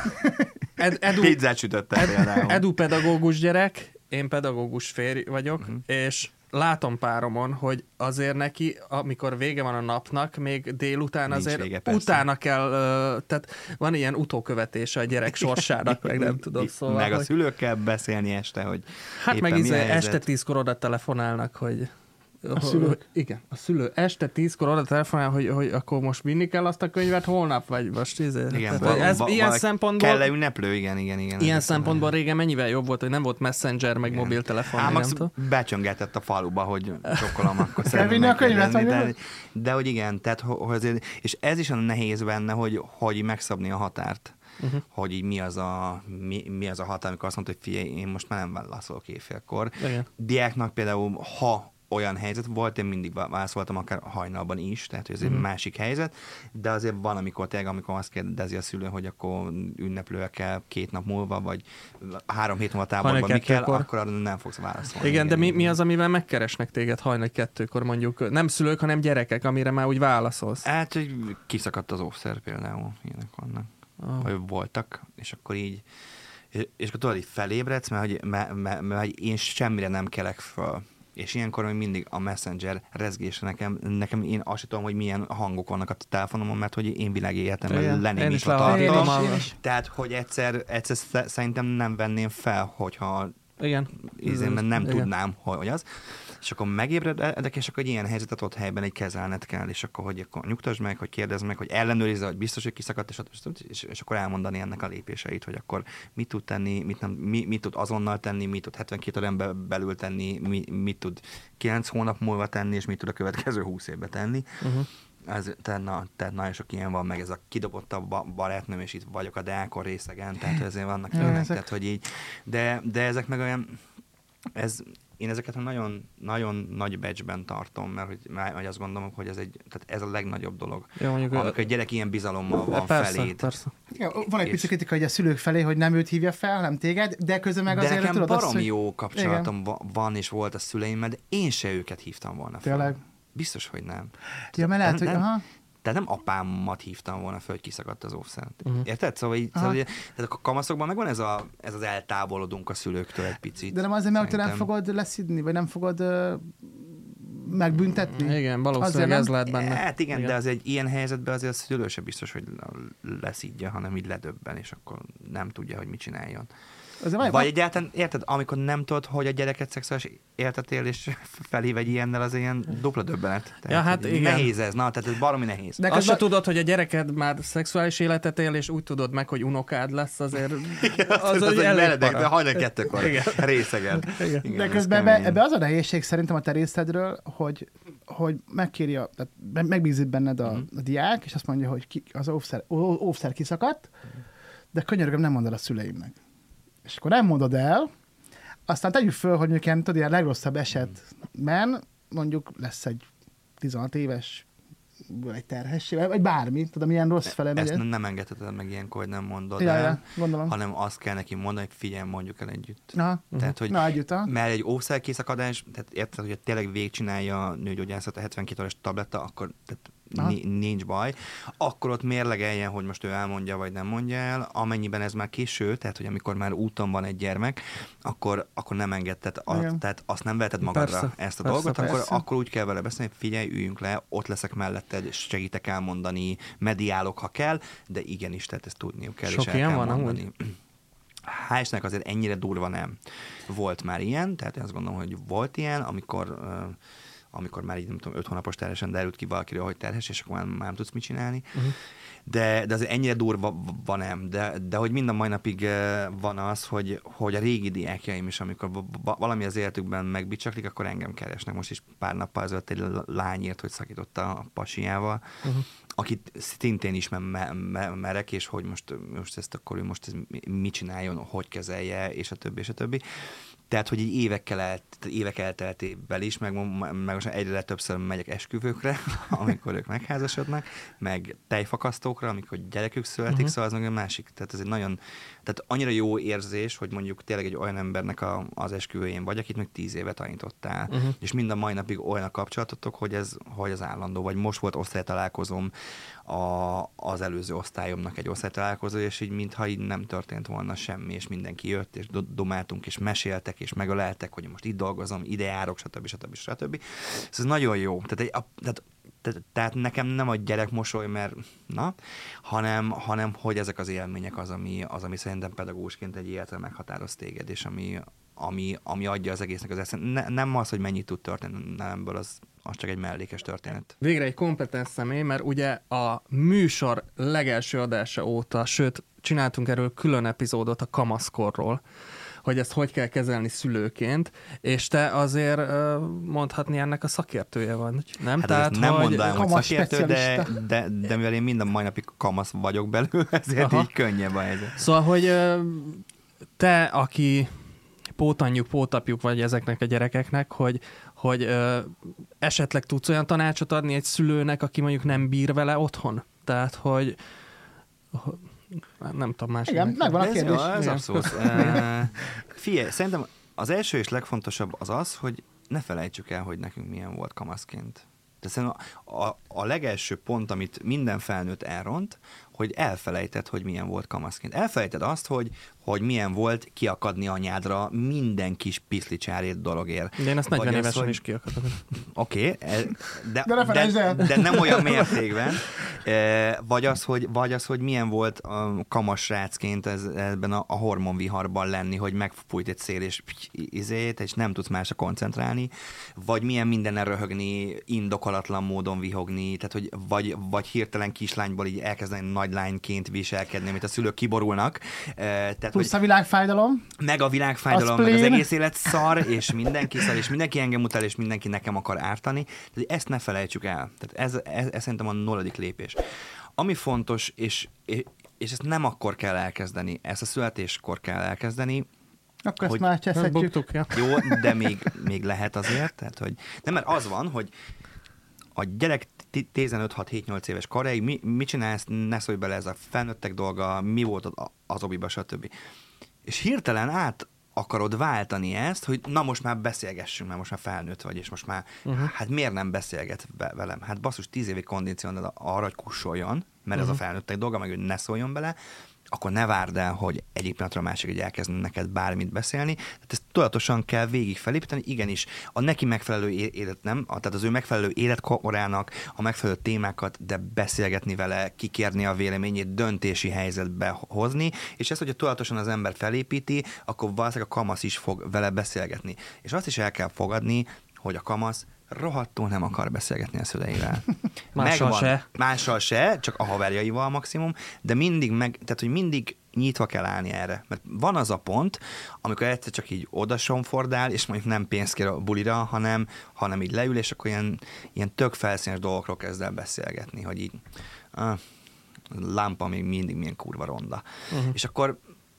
Pizzát sütöttem például. Edu pedagógus gyerek, én pedagógus férj vagyok, és látom páromon, hogy azért neki, amikor vége van a napnak, még délután nincs azért vége, utána kell, tehát van ilyen utókövetése a gyerek sorsának, meg nem tudom, szóval. Meg a szülőkkel beszélni este, hogy hát meg este 10-kor oda telefonálnak, hogy a szülők? Igen, a szülő este 10-kor oda telefonál, hogy akkor most vinni kell azt a könyvet holnap, vagy most igen, ilyen szempontból... Kell ünneplő, igen. Ilyen szempontból régen mennyivel jobb volt, hogy nem volt messenger, meg mobiltelefon. Max becsöngetett a faluba, hogy sokkolom, akkor kell vinni a könyvet, de hogy igen, tehát, hogy azért, és ez is a nehéz benne, hogy megszabni a határt. Hogy így mi az a határ, amikor azt mondta, hogy figyelj, én most már nem válaszolok éjfélkor. Diáknak például, ha olyan helyzet volt, én mindig válaszoltam, akár hajnalban is, tehát ez egy másik helyzet, de azért van, amikor azt kérdezi a szülő, hogy akkor ünneplőre kell 2 nap múlva, vagy 3 hét múlva táborban mi kell, akkor arra nem fogsz válaszolni. Igen, de mi az, amivel megkeresnek téged hajnal 2-kor mondjuk? Nem szülők, hanem gyerekek, amire már úgy válaszolsz. Hát, hogy kiszakadt az óvszer például, ilyenek vannak. Vagy voltak, és akkor így és akkor tudod, így felébredsz, mert én semmire nem kelek föl. És ilyenkor még mindig a Messenger rezgése nekem én azt tudom, hogy milyen hangok vannak a telefonomon, mert hogy én világi életemben lenémítva tartom. Tehát, hogy egyszer szerintem nem venném fel, hogyha nem tudnám, hogy az. És akkor megébredek, és akkor egy ilyen helyzetet ott helyben egy kezelned kell, és akkor, hogy akkor nyugtasd meg, hogy kérdezd meg, hogy ellenőrizze, hogy biztos, hogy kiszakadt, és akkor elmondani ennek a lépéseit, hogy akkor mit tud tenni, mit tud azonnal tenni, mit tud 72 órán belül tenni, mit tud 9 hónap múlva tenni, és mit tud a következő 20 évben tenni. Tehát nagyon sok ilyen van, meg ez a kidobott a barátnőm, és itt vagyok a Deákon részegen, tehát ezért vannak ilyenek, tehát hogy így, de ezek meg olyan, én ezeket nagyon nagy becsben tartom, mert hogy azt gondolom, hogy tehát ez a legnagyobb dolog. Ja, amikor a gyerek ilyen bizalommal van feléd. Persze. Ja, van egy pici kritika hogy a szülők felé, hogy nem őt hívja fel, nem téged, de közben meg azért nekem tudod baromi azt, jó kapcsolatom van és volt a szüleimmel, de én se őket hívtam volna fel. Tényleg? Biztos, hogy nem. Ja, mert lehet, hogy... Aha. Tehát nem apámat hívtam volna fel, hogy kiszakadt az óvszert. Érted? Szóval tehát a kamaszokban megvan ez az eltávolodunk a szülőktől egy picit. De nem azért, mert te nem fogod leszidni, vagy nem fogod megbüntetni? Igen, valószínűleg ez lehet benne. Hát igen, de az egy ilyen helyzetben azért a szülő sem biztos, hogy leszidja, hanem így ledöbben, és akkor nem tudja, hogy mit csináljon. Vagy egyáltalán, érted, amikor nem tudod, hogy a gyereket szexuális életet él, és felhív egy ilyennel, az ilyen dupla döbbenet. Tehát, hát igen. Nehéz ez, tehát ez baromi nehéz. De azt se tudod, hogy a gyereked már szexuális életet él, és úgy tudod meg, hogy unokád lesz, azért az egy meredek, de hajnal 2-kor részegen. De közben ebbe az a nehézség szerintem a te részedről, hogy megkéri, tehát megbízik benned a diák, és azt mondja, hogy az óvszer kiszakadt, de könyörgöm, nem mondod a szüleimnek. És akkor nem mondod el, aztán tegyük föl, hogy mondjuk ilyen legrosszabb esetben mondjuk lesz egy 16 éves, egy terhesség, vagy bármi, tudom, ilyen rossz fele megy. Ezt nem engedheted meg ilyenkor, hogy nem mondod el, hanem azt kell neki mondani, hogy figyelj, mondjuk el együtt. Tehát, hogy mert egy óvszerkészakadás, tehát érted, hogy tényleg végigcsinálja a nőgyógyászat a 72 órás tabletta, akkor nincs baj. Akkor ott mérlegeljen, hogy most ő elmondja, vagy nem mondja el. Amennyiben ez már késő, tehát, hogy amikor már úton van egy gyermek, akkor nem enged, tehát azt nem veheted magadra ezt a dolgot, akkor úgy kell vele beszélni, hogy figyelj, üljünk le, ott leszek melletted, és segítek elmondani, mediálok, ha kell, de igenis, tehát ezt tudniuk kell, sok és el kell mondani. Hál' azért ennyire durva nem. Volt már ilyen, tehát én azt gondolom, hogy volt ilyen, amikor már így, nem tudom, 5 hónapos terhesen derült ki valakiről, hogy terhes, és akkor már nem tudsz mit csinálni. De azért ennyire durva van nem. De hogy mind a mai napig van az, hogy a régi diákjaim is, amikor valami az életükben megbicsaklik, akkor engem keresnek. Most is pár nappal ezelőtt egy lány írt, hogy szakította a pasiával, akit szintén is merek, és hogy most ezt akkor ő most mit csináljon, hogy kezelje, és a többi, és a többi. Tehát, hogy így évek elteltével is, meg most egyre többször megyek esküvőkre, amikor ők megházasodnak, meg tejfakasztókra, amikor gyerekük születik, szóval az meg a másik. Tehát ez egy tehát annyira jó érzés, hogy mondjuk tényleg egy olyan embernek az esküvőjén vagy, akit meg 10 évet tanítottál, és mind a mai napig olyan a kapcsolatotok, hogy ez állandó. Vagy most volt osztálytalálkozom, az előző osztályomnak egy osztálytalálkozó, és így mintha így nem történt volna semmi, és mindenki jött, és domáltunk, és meséltek, és megöleltek, hogy most itt dolgozom, ide járok, stb. Ez nagyon jó. Tehát nekem nem a gyerek mosoly, mert hanem hogy ezek az élmények az, ami szerintem pedagógusként egy életre meghatároz téged, és ami adja az egésznek az eszent. Nem az, hogy mennyit tud történni ebből, az csak egy mellékes történet. Végre egy kompetens személy, mert ugye a műsor legelső adása óta, sőt, csináltunk erről külön epizódot a kamaszkorról, hogy ezt hogy kell kezelni szülőként, és te azért mondhatni ennek a szakértője van, nem? Hát tehát, nem mondanám, hogy szakértő, de mivel én minden mai napig kamasz vagyok belőle, ezért így könnyebb a helyzet. Szóval, hogy te, aki pótanyjuk, pótapjuk vagy ezeknek a gyerekeknek, hogy esetleg tudsz olyan tanácsot adni egy szülőnek, aki mondjuk nem bír vele otthon? Tehát, hogy nem tudom más. Igen, megvan a kérdés. Ez abszolút. Figyelj, szerintem az első és legfontosabb az, hogy ne felejtsük el, hogy nekünk milyen volt kamaszként. Tehát a legelső pont, amit minden felnőtt elront, hogy elfelejted, hogy milyen volt kamaszként. Elfelejted azt, hogy milyen volt kiakadni anyádra minden kis piszlicsárét dologért. De én ezt 40 évesen is kiakadtam. Oké, de nem olyan mértékben. Vagy az, hogy milyen volt a kamasrácként ebben a hormonviharban lenni, hogy megfújt egy szél, és nem tudsz másra koncentrálni. Vagy milyen mindenen röhögni, indokolatlan módon vihogni, tehát vagy hirtelen kislányból így elkezdeni nagy lányként viselkedni, amit a szülők kiborulnak. Plusz a világfájdalom. Meg a világfájdalom, meg az egész élet szar, és mindenki szar, és mindenki engem utál, és mindenki nekem akar ártani. Tehát ezt ne felejtsük el. Tehát ez szerintem a 0. lépés. Ami fontos, és ezt nem akkor kell elkezdeni, ezt a születéskor kell elkezdeni, Akkor ezt már cseszhetjük. Ja. Jó, de még lehet azért, tehát, hogy nem, mert az van, hogy a gyerek 15-6-7-8 éves koráig mit csinálsz, ne szólj bele, ez a felnőttek dolga, mi volt az obiba, stb. És hirtelen át akarod váltani ezt, hogy na most már beszélgessünk, mert most már felnőtt vagy, és most már, hát miért nem beszélget velem? Hát basszus, 10 évig kondicionálod arra, hogy kussoljon, mert ez a felnőttek dolga, meg hogy ne szóljon bele, akkor ne várd el, hogy egyik pillanatra a másikig elkezd neked bármit beszélni. Tehát ezt tudatosan kell végig felépíteni, igenis a neki megfelelő élet, nem? Tehát az ő megfelelő életkorának a megfelelő témákat, de beszélgetni vele, kikérni a véleményét, döntési helyzetbe hozni, és ezt, hogyha tudatosan az ember felépíti, akkor valószínűleg a kamasz is fog vele beszélgetni. És azt is el kell fogadni, hogy a kamasz rohadtul nem akar beszélgetni a szüleivel. Mással se, csak a haverjaival maximum, de tehát, hogy mindig nyitva kell állni erre. Mert van az a pont, amikor egyszer csak így odasonfordál, és mondjuk nem pénzt kér a bulira, hanem így leül, és akkor ilyen tök felszínes dolgokról kezd el beszélgetni, hogy így lámpa még mindig milyen kurva ronda. És akkor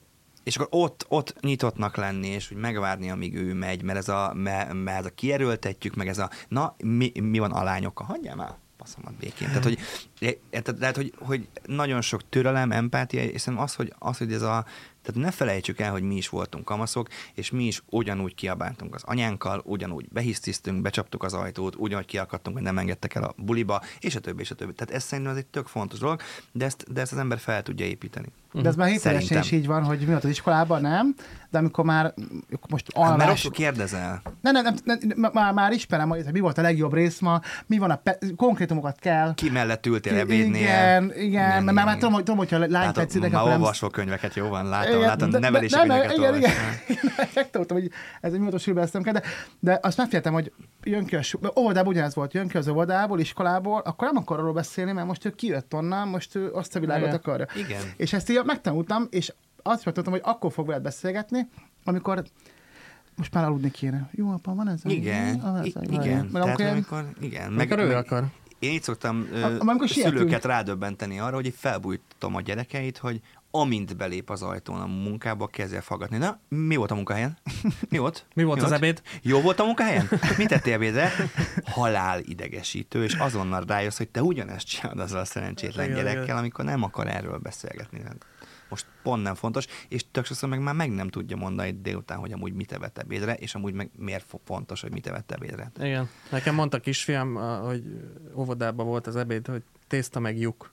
ott nyitottnak lenni, és hogy megvárni, amíg ő megy, mert ez a kierőltetjük, meg ez a mi van a lányokkal, hagyjál már passzomat békén. Tehát, hogy nagyon sok türelem, empátia, és szerintem az, hogy ez a tehát ne felejtsük el, hogy mi is voltunk kamaszok, és mi is ugyanúgy kiabáltunk az anyánkkal, ugyanúgy behisztisztünk, becsaptuk az ajtót, ugyanúgy kiakadtunk, hogy nem engedtek el a buliba, és a többi, és a többi. Tehát ez szerintem az egy tök fontos dolog, de ezt az ember fel tudja építeni. De ez már hétfőesen is így van, hogy mi volt az iskolában, nem? De amikor már most alvás... Mert rosszul kérdezel. Már ismerem, hogy mi volt a legjobb rész ma, mi van konkrétumokat kell. Ki mellett ültél ebédnél. Igen, mert már tudom, hogyha lány tetszik. Már olvasol könyveket, jó van, látom, nevelési könyveket olvasol. Megtudtam, hogy ez egy műatos hülybesztem kell, de azt megfigyeltem, hogy jön ki óvodából ugyanez volt, jön ki az óvodából, iskolából, akkor nem akar arról beszélni, mert most ő kijött onnan, most ő azt a világot akarja. Igen. És ezt így megtanultam, és azt mondtam, hogy akkor fog veled beszélgetni, amikor most már aludni kéne. Jó, apa, van ez? Igen. Tehát amikor ő akar. Én így szoktam szülőket rádöbbenteni arra, hogy felbújtom a gyerekeit, hogy amint belép az ajtón a munkába, kezdje faggatni. Na, mi volt a munkahelyen? Mi volt? Mi volt az ebéd? Jó volt a munkahelyen? Mit tettél ebédre? Halál idegesítő, és azonnal rájössz, hogy te ugyanezt csinálod azzal a szerencsétlen gyerekkel, amikor nem akar erről beszélgetni. Most pont nem fontos, és tök sokszor meg nem tudja mondani délután, hogy amúgy mit evett ebédre, és amúgy meg miért fontos, hogy mit evett ebédre. Igen. Nekem mondta kisfiam, hogy óvodában volt az ebéd, hogy tészta meg lyuk.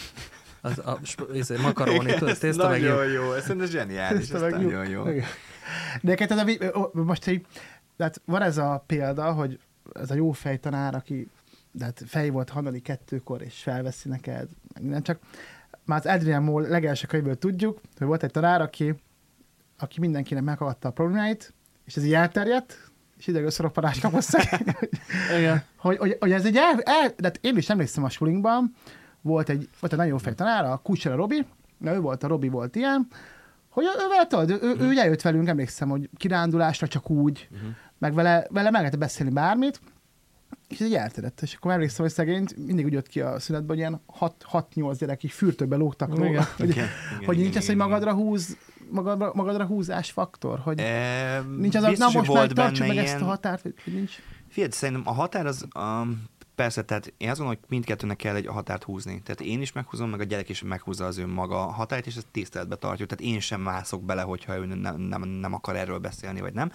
Az makaroni, tészta meg lyuk. Nagyon jó, ez szerintem zseniális, ez nagyon jó. De most így, tehát van ez a példa, hogy ez a jó fejtanár, aki fej volt hallani 2-kor, és felveszi neked, minden csak már az Adrian Moll legelső könyvből tudjuk, hogy volt egy tanár, aki mindenkinek meghallgatta a problémáit, és ez így elterjedt, és idegőszoroppanás kapott hogy ez egy de én is emlékszem a sulinkban, volt egy nagyon jó fej tanár, a Kucsera Robi, a Robi volt ilyen, hogy ő eljött velünk, emlékszem, hogy kirándulásra csak úgy, meg vele meg lehet beszélni bármit, és ez így elterjedt. És akkor emlékszem, hogy szegényt mindig úgy jött ki a szünetben, hogy ilyen 6-8 gyerek így fürtőbe lógtak róla. Hogy nincs ez, hogy magadra húzás faktor? Hogy nincs az, na most már tartsuk meg ezt a határt, hogy nincs? Figyelj, szerintem a határ az... Persze, tehát én azt gondolom, hogy mindkettőnek kell egy határt húzni. Tehát én is meghúzom, meg a gyerek is meghúzza az ő maga határt, és ezt tiszteletbe tartjuk. Tehát én sem mászok bele, hogyha ő nem akar erről beszélni, vagy nem.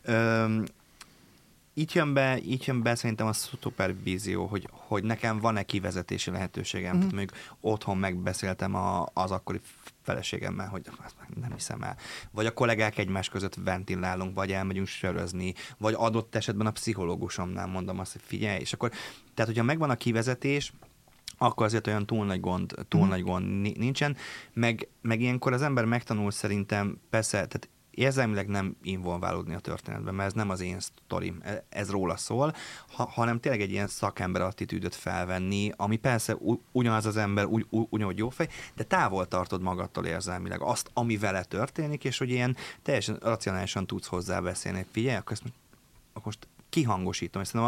Így jön be szerintem a szupervízió, hogy nekem van-e kivezetési lehetőségem. Tehát mondjuk otthon megbeszéltem az akkori feleségemmel, hogy nem hiszem el. Vagy a kollégák egymás között ventilálunk, vagy elmegyünk sörözni, vagy adott esetben a pszichológusomnál mondom azt, hogy figyelj. És akkor, tehát hogyha megvan a kivezetés, akkor azért olyan túl nagy gond nincsen. Meg ilyenkor az ember megtanul szerintem, persze, tehát érzelmileg nem involválódni a történetben, mert ez nem az én sztorim, ez róla szól, hanem tényleg egy ilyen szakember attitűdöt felvenni, ami persze ugyanaz az ember, ugyanúgy jó fej, de távol tartod magadtól érzelmileg azt, ami vele történik, és hogy ilyen teljesen racionálisan tudsz hozzá beszélni. Figyelj, akkor most kihangosítom, és szerintem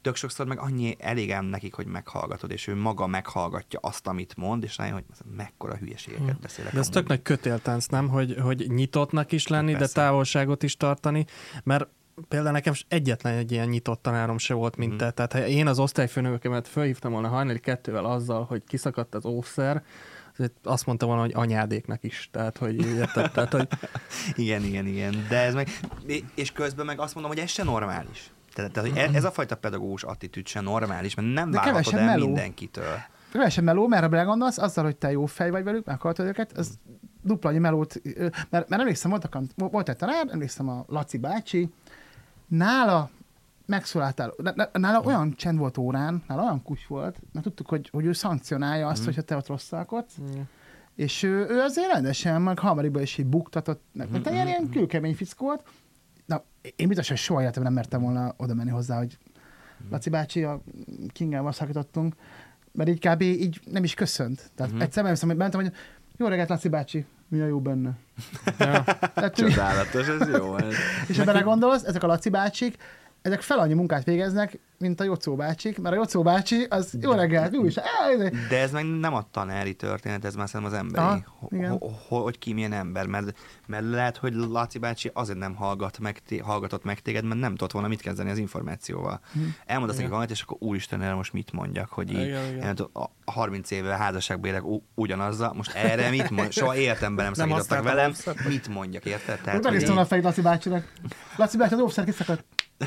tök sokszor meg annyi elég ám nekik, hogy meghallgatod, és ő maga meghallgatja azt, amit mond, és rájön, hogy mekkora hülyeségeket beszélek. De ez tök nagy kötéltánc, nem? Hogy nyitottnak is lenni, persze. de távolságot is tartani, mert például nekem egyetlen egy ilyen nyitott tanárom se volt, mint te. Tehát ha én az osztályfőnökömet felhívtam volna hajnali 2-vel azzal, hogy kiszakadt az óvszer, azt mondta volna, hogy anyádéknak is. Tehát, hogy érted? Tehát, hogy... Igen. De ez meg, és közben meg azt mondom, hogy ez se normális. Tehát hogy ez a fajta pedagógus attitűd se normális, mert nem várhatod el mindenkitől. Kevesen meló, mert ha belegondolsz, azzal, hogy te jó fej vagy velük, meghallgatod őket, az dupla annyi melót, mert emlékszem, volt egy tanár, emlékszem a Laci bácsi, nála megszóláltál, nála olyan csend volt órán, nála olyan kus volt, mert tudtuk, hogy ő szankcionálja azt, hogyha te ott rosszalkodsz, és ő azért rendesen, meg harmadikban is így buktatott, meg te ilyen kőkemény fickó volt. Na, én biztos, hogy soha életemben nem mertem volna oda menni hozzá, hogy Laci bácsi, a Kingával szakítottunk, mert így kb. Így nem is köszönt. Tehát egyszer mentem, hogy jó reggelt, Laci bácsi, mi a jó benne? Ja. Csodálatos, ez jó. És ha belegondolsz, ezek a Laci bácsik, ezek fel annyi munkát végeznek, mint a Jocó bácsik, mert a Jocó bácsi az jó reggelt, jó is. De ez meg nem a tanári történet, ez már szerintem az emberi. Hogy ki milyen ember, mert lehet, hogy Laci bácsi azért nem hallgatott meg téged, mert nem tudott volna mit kezdeni az információval. Elmondasz neki valamit, és akkor úristen, erre most mit mondjak, hogy így a 30 éve házasságban élek ugyanazzal, most erre mit mondjak? Soha életemben nem szakítottak velem, mit mondjak, érted? Tehát, megnéztem a fejét Laci bácsinak. Laci bácsi, az óvszer kiszakadt.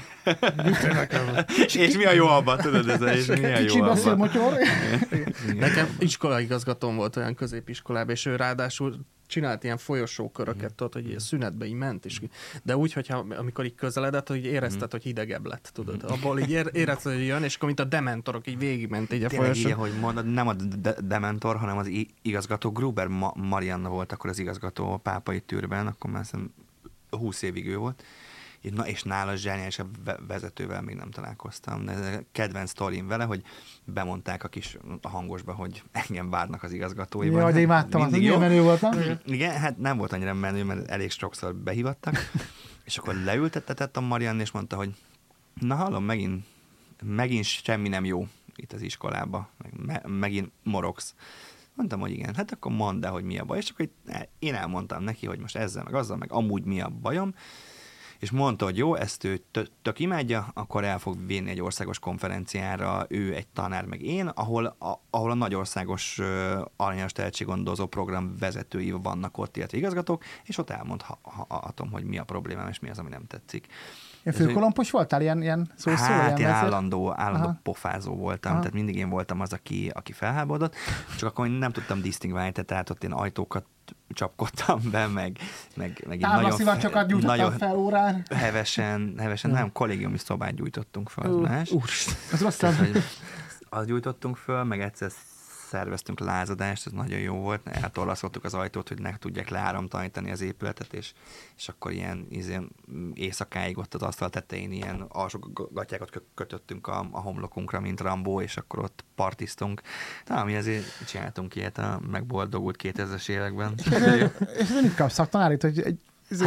És mi a jó abban, tudod, és mi a jó abban? Nekem iskolaigazgatóm volt olyan középiskolában, és ő ráadásul csinált ilyen folyosóköröket, tudod, hogy ilyen szünetbe így ment, és, de úgy, hogyha amikor így közeledett, hogy érezted, hogy hidegebb lett, tudod. Abból így érezted, hogy jön, és akkor mint a dementorok így végigment így a folyosón. Tényleg, hogy mondod, nem a dementor, hanem az igazgató Gruber Marianna volt akkor az igazgató Pápai Tűrben, akkor már 20 évig ő volt. És nála zseniálisabb vezetővel még nem találkoztam. De kedvenc sztorim vele, hogy bemondták a hangosba, hogy engem várnak az igazgatóiban. Jaj, de imádtam, az milyen menő voltam. Igen, hát nem volt annyira menő, mert elég sokszor behívattak. És akkor leültetett a Marianne, és mondta, hogy na hallom, megint semmi nem jó itt az iskolába. Megint morogsz. Mondtam, hogy igen, hát akkor mondd el, hogy mi a baj. És akkor én elmondtam neki, hogy most ezzel, meg azzal, meg amúgy mi a bajom. És mondta, hogy jó, ezt ő tök imádja, akkor el fog vinni egy országos konferenciára, ő egy tanár, meg én, ahol a nagyországos aranyos tehetséggondozó program vezetői vannak ott, illetve igazgatók, és ott elmondhatom, hogy mi a problémám, és mi az, ami nem tetszik. Főkolompos voltál ilyen szó-szó? Hát én állandó pofázó voltam, tehát mindig én voltam az, aki felháborodott, csak akkor nem tudtam disztingválni, tehát ott én ajtókat csapkodtam be, meg táblaszivacsokat gyújtottam fel órán. Hevesen, nem, kollégiumi szobát gyújtottunk fel, más. Az rosszabb. Azt gyújtottunk föl, meg egyszer szerveztünk lázadást, ez nagyon jó volt, eltorlaszoltuk az ajtót, hogy ne tudják leáramtalanítani az épületet, és akkor ilyen éjszakáig ott az asztal tetején ilyen alsó gatyákat kötöttünk a homlokunkra, mint Rambó, és akkor ott partiztunk. Mi azért csináltunk ilyet a megboldogult 2000-es években. És ez mit kapsz szaktanárít, hogy egy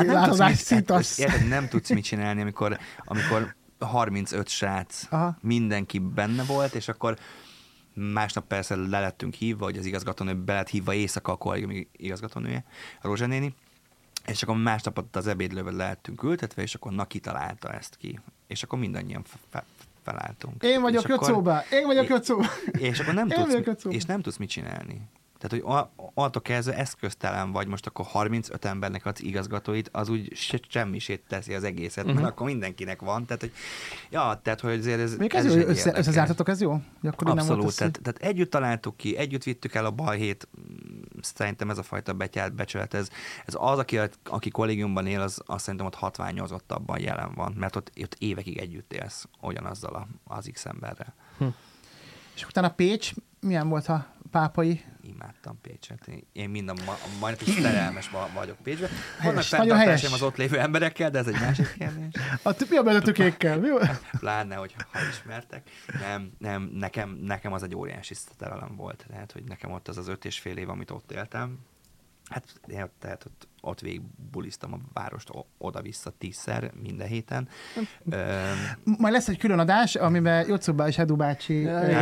nem tudsz mit csinálni, amikor 35 srác, mindenki benne volt, és akkor másnap persze le lettünk hívva, hogy az igazgatónő be lett hívva éjszaka a kollégium igazgatónője, a Rózsa néni, és akkor másnap ott az ebédlőben le lettünk ültetve, és akkor kitalálta ezt ki. És akkor mindannyian felálltunk. Én vagyok Jocóba! És akkor nem tudsz mit csinálni. Tehát, hogy attól kezdve eszköztelen vagy, most akkor 35 embernek az igazgatóit, az úgy semmisét teszi az egészet, mert akkor mindenkinek van. Tehát, hogy azért ez is összezártatok, ez jó? Abszolút. Tehát együtt találtuk ki, együtt vittük el a balhét. Szerintem ez a fajta becsület, ez az, aki kollégiumban él, az szerintem ott 68-ottabban jelen van, mert ott évekig együtt élsz ugyanazzal az X emberrel. És utána Pécs, milyen volt a pápai? Imádtam Pécset. Én majdnem is szerelmes vagyok Pécsben. Vannak fenntartásaim az ott lévő emberekkel, de ez egy másik kérdés. Mi a vezetőkékkel? Pláne, hogy ha ismertek. Nem, nekem az egy óriási szerelem volt. Tehát, hogy nekem ott az 5,5 év, amit ott éltem. Hát ott ott végigbuliztam a várost oda-vissza 10-szer minden héten. Majd lesz egy külön adás, amiben Jocóba és Edu bácsi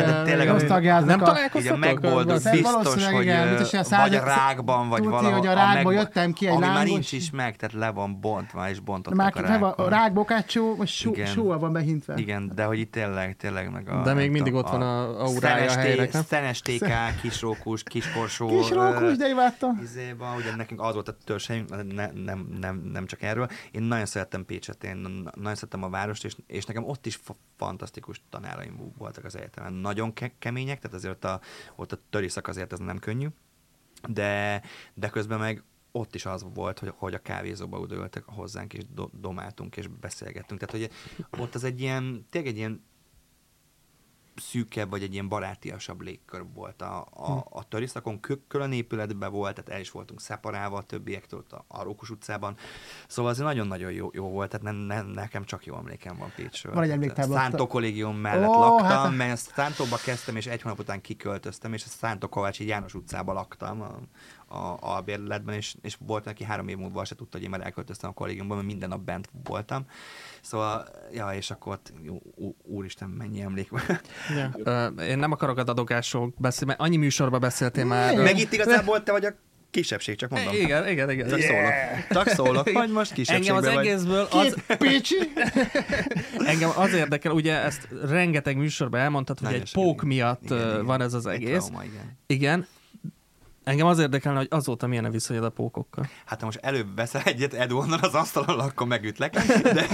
nem találkoztatok? Megboldog, biztos, hogy vagy rákban, vagy valahol. Hogy a rákban jöttem ki egy ami lángos. már nincs is meg, tehát le van bontva, és bontottak a rákban. A rákbokácsó, vagy sóval van behintve. Igen, de hogy itt tényleg meg a... De még mindig ott van a aurája a helynek, nem? Szenes TK, kisrókus, kiskorsó. Kisrókus, de imádtam. Ugye nekünk az volt a törzselyünk, nem csak erről. Én nagyon szerettem Pécset, én nagyon szerettem a várost, és nekem ott is fantasztikus tanáraim voltak az egyetemen. Nagyon kemények, tehát azért ott a töriszak azért ez nem könnyű, de közben meg ott is az volt, hogy a kávézóba odaültek hozzánk, és domáltunk, és beszélgettünk. Tehát, hogy ott az tényleg egy ilyen szűkebb, vagy egy ilyen barátiasabb légkör volt a töriszakon, külön épületben volt, tehát el is voltunk szeparálva a többiektől ott a Rókus utcában. Szóval az nagyon-nagyon jó volt, tehát nekem csak jó emlékem van Pécsről. Van egy emléktábla. Szántó kollégium mellett laktam, mert Szántóba kezdtem, és egy hónap után kiköltöztem, és a Szántó Kovácsi János utcában laktam a albérletben, és volt neki 3 év múlva, se tudta, hogy én már elköltöztem a kollégiumban, mert minden nap bent voltam. Szóval, és akkor ott, úristen, mennyi emlék van. Ja. Én nem akarok a dadogásról beszélni, mert annyi műsorban beszéltél már. Meg itt igazából te vagy a kisebbség, csak mondom. Igen. Csak szólok, hogy most kisebbségben engem az egészből Pécsi? Engem az érdekel, ugye ezt rengeteg műsorban elmondtad, hogy egy pók miatt van ez az egész. Trauma, igen. Engem az érdekelne, hogy azóta milyen a viszonyod a pókokkal. Hát ha most előbb veszel egyet Edu onnan az asztalon, akkor megütlek. De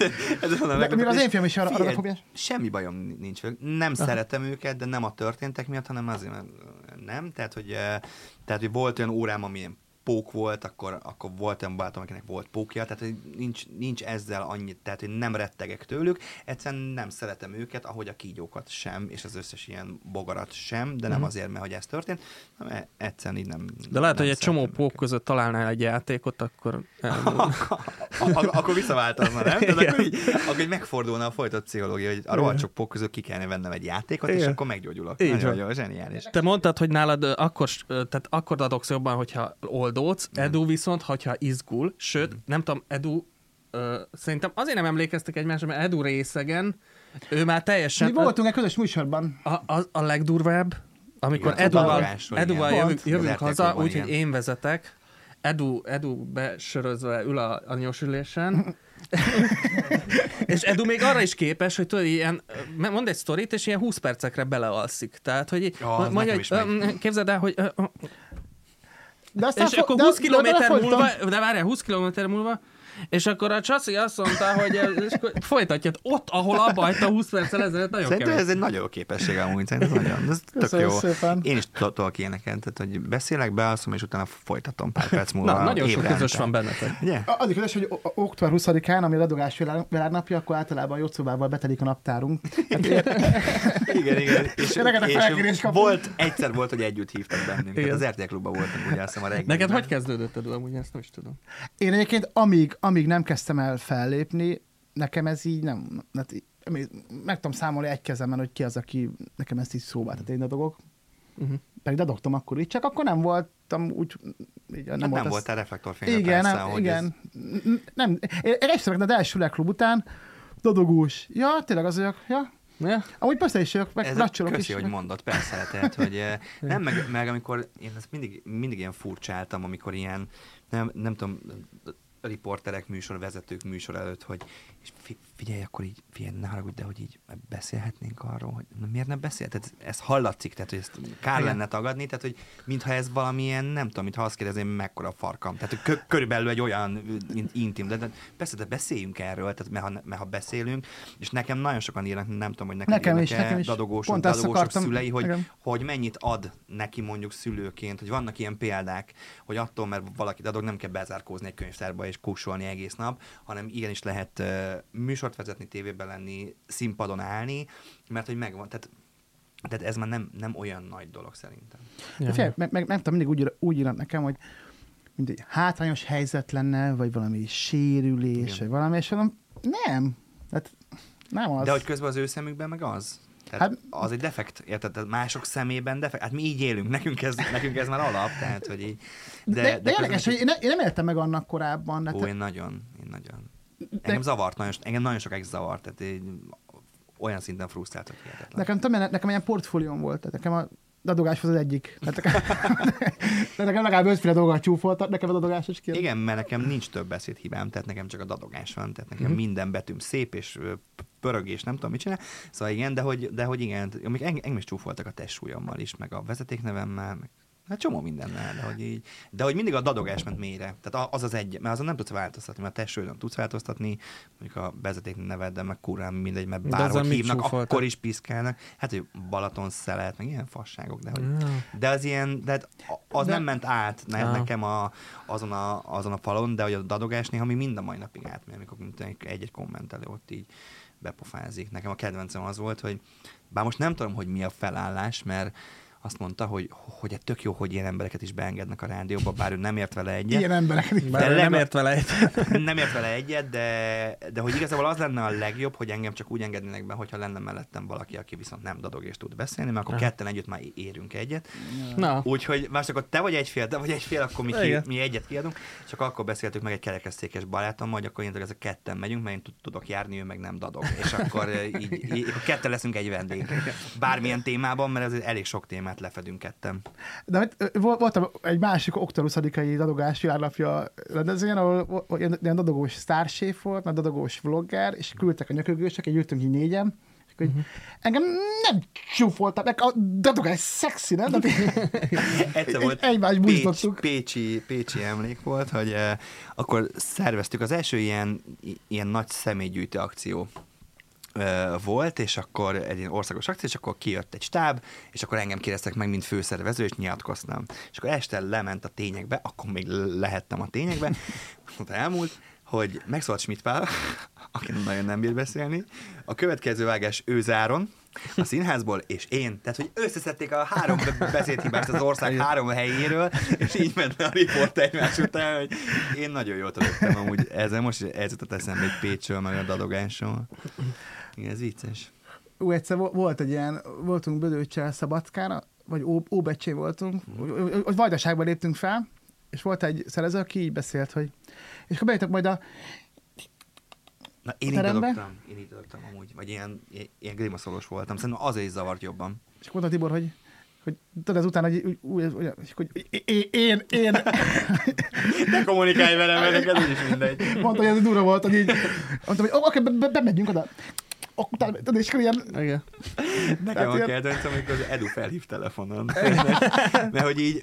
az én film is arra fogja. Semmi bajom nincs velük. Nem szeretem őket, de nem a történtek miatt, hanem azért, mert nem. Tehát, hogy volt olyan órám, amilyen pók volt, akkor volt olyan barátom, akinek volt pókja, tehát hogy nincs ezzel annyit, tehát hogy nem rettegek tőlük, egyszerűen nem szeretem őket, ahogy a kígyókat sem, és az összes ilyen bogarat sem, de nem azért, mert hogy ez történt, hanem egyszerűen így nem. De lehet, nem hogy egy csomó pók között találnál egy játékot, akkor... akkor visszaváltozna, nem? Tehát akkor így megfordulna a folytott pszichológia, hogy a rohadt sok pók között ki kellene vennem egy játékot, és akkor meggyógyulok. Nagyon zseniális. Te mondtad, hogy nálad akkor dadogsz jobban, hogyha oldódsz, Edu viszont, hogyha izgul, sőt, nem tudom, Edu szerintem azért nem emlékeztek egymásra, mert Edu részegen, ő már teljesen... Mi voltunk egy közös műsorban. A legdurvább, amikor Eduval jövünk haza, úgyhogy én vezetek, Edu besörözve ül a nyosülésen, és Edu még arra is képes, hogy tudod, ilyen, mond egy sztorit, és ilyen 20 percekre belealszik. Tehát, hogy képzeld el, hogy... És akkor 20 kilométer múlva, de várjál, 20 kilométer múlva, és akkor a csaszi azt mondta, hogy folytatja ott, ahol abba hagyta 20 perccel ezelőtt, nagyon szerintem kemény. Ez egy nagyon jó képesség amúgy, szerintem ez tök jó. Szépen. Én is tudok ilyeneket, tehát hogy beszélek, bealszom, és utána folytatom pár perc múlva. Na, nagyon sok közös van bennetek. Az közös, hogy október 20-án, ami a dadogás világnapja, akkor általában Jocóbával betelik a naptárunk. Igen. És egyszer volt, hogy együtt hívtak bennünk. Tehát az RTL Klubban voltunk, ugye azt hiszem a reggel. Neked hogy kezdődött, Edu, amúgy ezt nem is tudom. Én egyébként, amíg nem kezdtem el fellépni, nekem ez így nem... Meg tudom számolni egy kezemben, hogy ki az, aki nekem ezt így szóba, tehát én dadogok. Pedig dadogtam akkor így, csak akkor nem voltam úgy... Nem voltál reflektorfényre. Igen. Nem. Én egyszer az első Leklub után dadogós. Ja, tényleg az vagyok. Ja. Amúgy persze is vagyok, meg racsolok is. Köszi, hogy mondod, persze, tehát, hogy nem, meg amikor én ezt mindig ilyen furcsáltam, amikor ilyen, nem tudom, riporterek, műsorvezetők műsor előtt, hogy és figyelj, akkor így, ne haragudj, de hogy így beszélhetnénk arról, hogy miért nem beszél? Tehát ez hallatszik, tehát hogy ezt kár lenne tagadni, tehát hogy mintha ez valamilyen, nem tudom, mintha azt kérdezném, mekkora farkam. Tehát körülbelül egy olyan intim, de persze, de beszéljünk erről, tehát mert ha beszélünk, és nekem nagyon sokan írnak, nem tudom, hogy nekem is dadogósok szülei, hogy mennyit ad neki mondjuk szülőként, hogy vannak ilyen példák, hogy attól, mert valaki dadog, nem kell bezárkózni egy könyvtárba és kúsolni egész nap, hanem igenis lehet műsort vezetni, tévében lenni, színpadon állni, mert hogy megvan. Tehát ez már nem olyan nagy dolog szerintem. Ja. Meg nem tudom, mindig úgy írnak nekem, hogy mint egy hátrányos helyzet lenne, vagy valami sérülés, vagy valami, és mondom, nem. Tehát nem az. De hogy közben az ő szemükben meg az? Tehát az egy defekt, érted? Mások szemében defekt. Hát mi így élünk, nekünk ez már alap, tehát, hogy így. De érdekes, hogy én nem éltem meg annak korábban. Én nagyon. Engem zavart, engem nagyon sokáig zavart, tehát olyan szinten frusztráltak hihetetlen. Nekem ilyen portfólióm volt, tehát nekem a dadogás az egyik. De nekem legalább 5 dolgot csúfoltak, nekem a dadogás is kijön. Igen, mert nekem nincs több beszédhibám, tehát nekem csak a dadogás van, tehát nekem minden betűm szép, és pörög, és nem tudom, mit csinál. Szóval igen, de hogy igen, még engem is csúfoltak a testsúlyommal is, meg a vezetéknevemmel, meg hát csomó mindennel, de hogy mindig a dadogás ment mélyre. Tehát az egy, mert azon nem tudsz változtatni, mert a testsúlyon tudsz változtatni, mondjuk a vezetékneveddel, meg kurán mindegy, mert bárhogy hívnak, akkor is piszkálnak. Hát, hogy Balaton-szelet, meg ilyen fasságok, de az ilyen, de nem ment át nekem azon a falon, de hogy a dadogás néha még mind a mai napig átmegy, amikor egy-egy kommentelő ott így bepofázik. Nekem a kedvencem az volt, hogy bár most nem tudom, hogy mi a felállás, mert azt mondta, hogy tök jó, hogy ilyen embereket is beengednek a rádióba, bár ő nem ért vele egyet. Ilyen embereket is. Nem ért vele egyet. Nem ért vele egyet, de hogy igazából az lenne a legjobb, hogy engem csak úgy engednének be, hogyha lenne mellettem valaki, aki viszont nem dadog és tud beszélni, mert akkor ketten együtt már érünk egyet. Úgyhogy más akkor te vagy egy fél, akkor mi egyet kiadunk, csak akkor beszéltük meg egy kerekesszékes barátommal, hogy akkor ezek ketten megyünk, mert én tudok járni, ő meg nem dadog. És akkor így ketten leszünk egy vendég. Bármilyen témában, mert ez elég sok témát lefedünk ketten. De voltam egy másik október 20-ai dadogási járlapja rendezvényen, ahol ilyen dadogós sztárséf volt, meg dadogós vlogger, és küldtek a nyökögősök, egy ültünk így négyen, és akkor engem nem csúfoltak, meg a dadogás szexi, nem? Egyszer volt egymást bújtottuk. Pécsi emlék volt, hogy akkor szerveztük az első ilyen nagy személygyűjtő akció volt, és akkor egy ilyen országos akció, és akkor kijött egy stáb, és akkor engem kérdeztek meg, mint főszervező, és nyilatkoztam. És akkor este lement a tényekbe, akkor még lehettem a tényekbe, elmúlt, hogy megszólalt Schmidt Pál, aki nagyon nem bír beszélni, a következő vágás Őzáron, a színházból, és én. Tehát, hogy összeszedték a 3 beszédhibást az ország 3 helyéről, és így ment le a riport egymás után, hogy én nagyon jól tudottam amúgy ezzel. Most ez jutott eszembe egy Pécsről, meg a dadogásról. Igen, ez vicces. Egyszer volt egy ilyen, voltunk Bödöccsel Szabadkára, vagy Óbecsén voltunk, ott Vajdaságban léptünk fel, és volt egy szerező, aki így beszélt, hogy és akkor bejöttek majd a én így dadogtam amúgy, vagy ilyen grimaszolós voltam, szerintem azért is zavart jobban. És mondta Tibor, hogy tudod, ezután, hogy én. Ne kommunikálj velem, mert neked úgyis mindegy. Mondta, hogy ez durva volt, hogy így, mondtam, hogy oké, bemegyünk oda. Utána, tudod, és ilyen... Igen. Nekem a kedvencem, amikor az Edu felhív telefonon. Mert hogy így,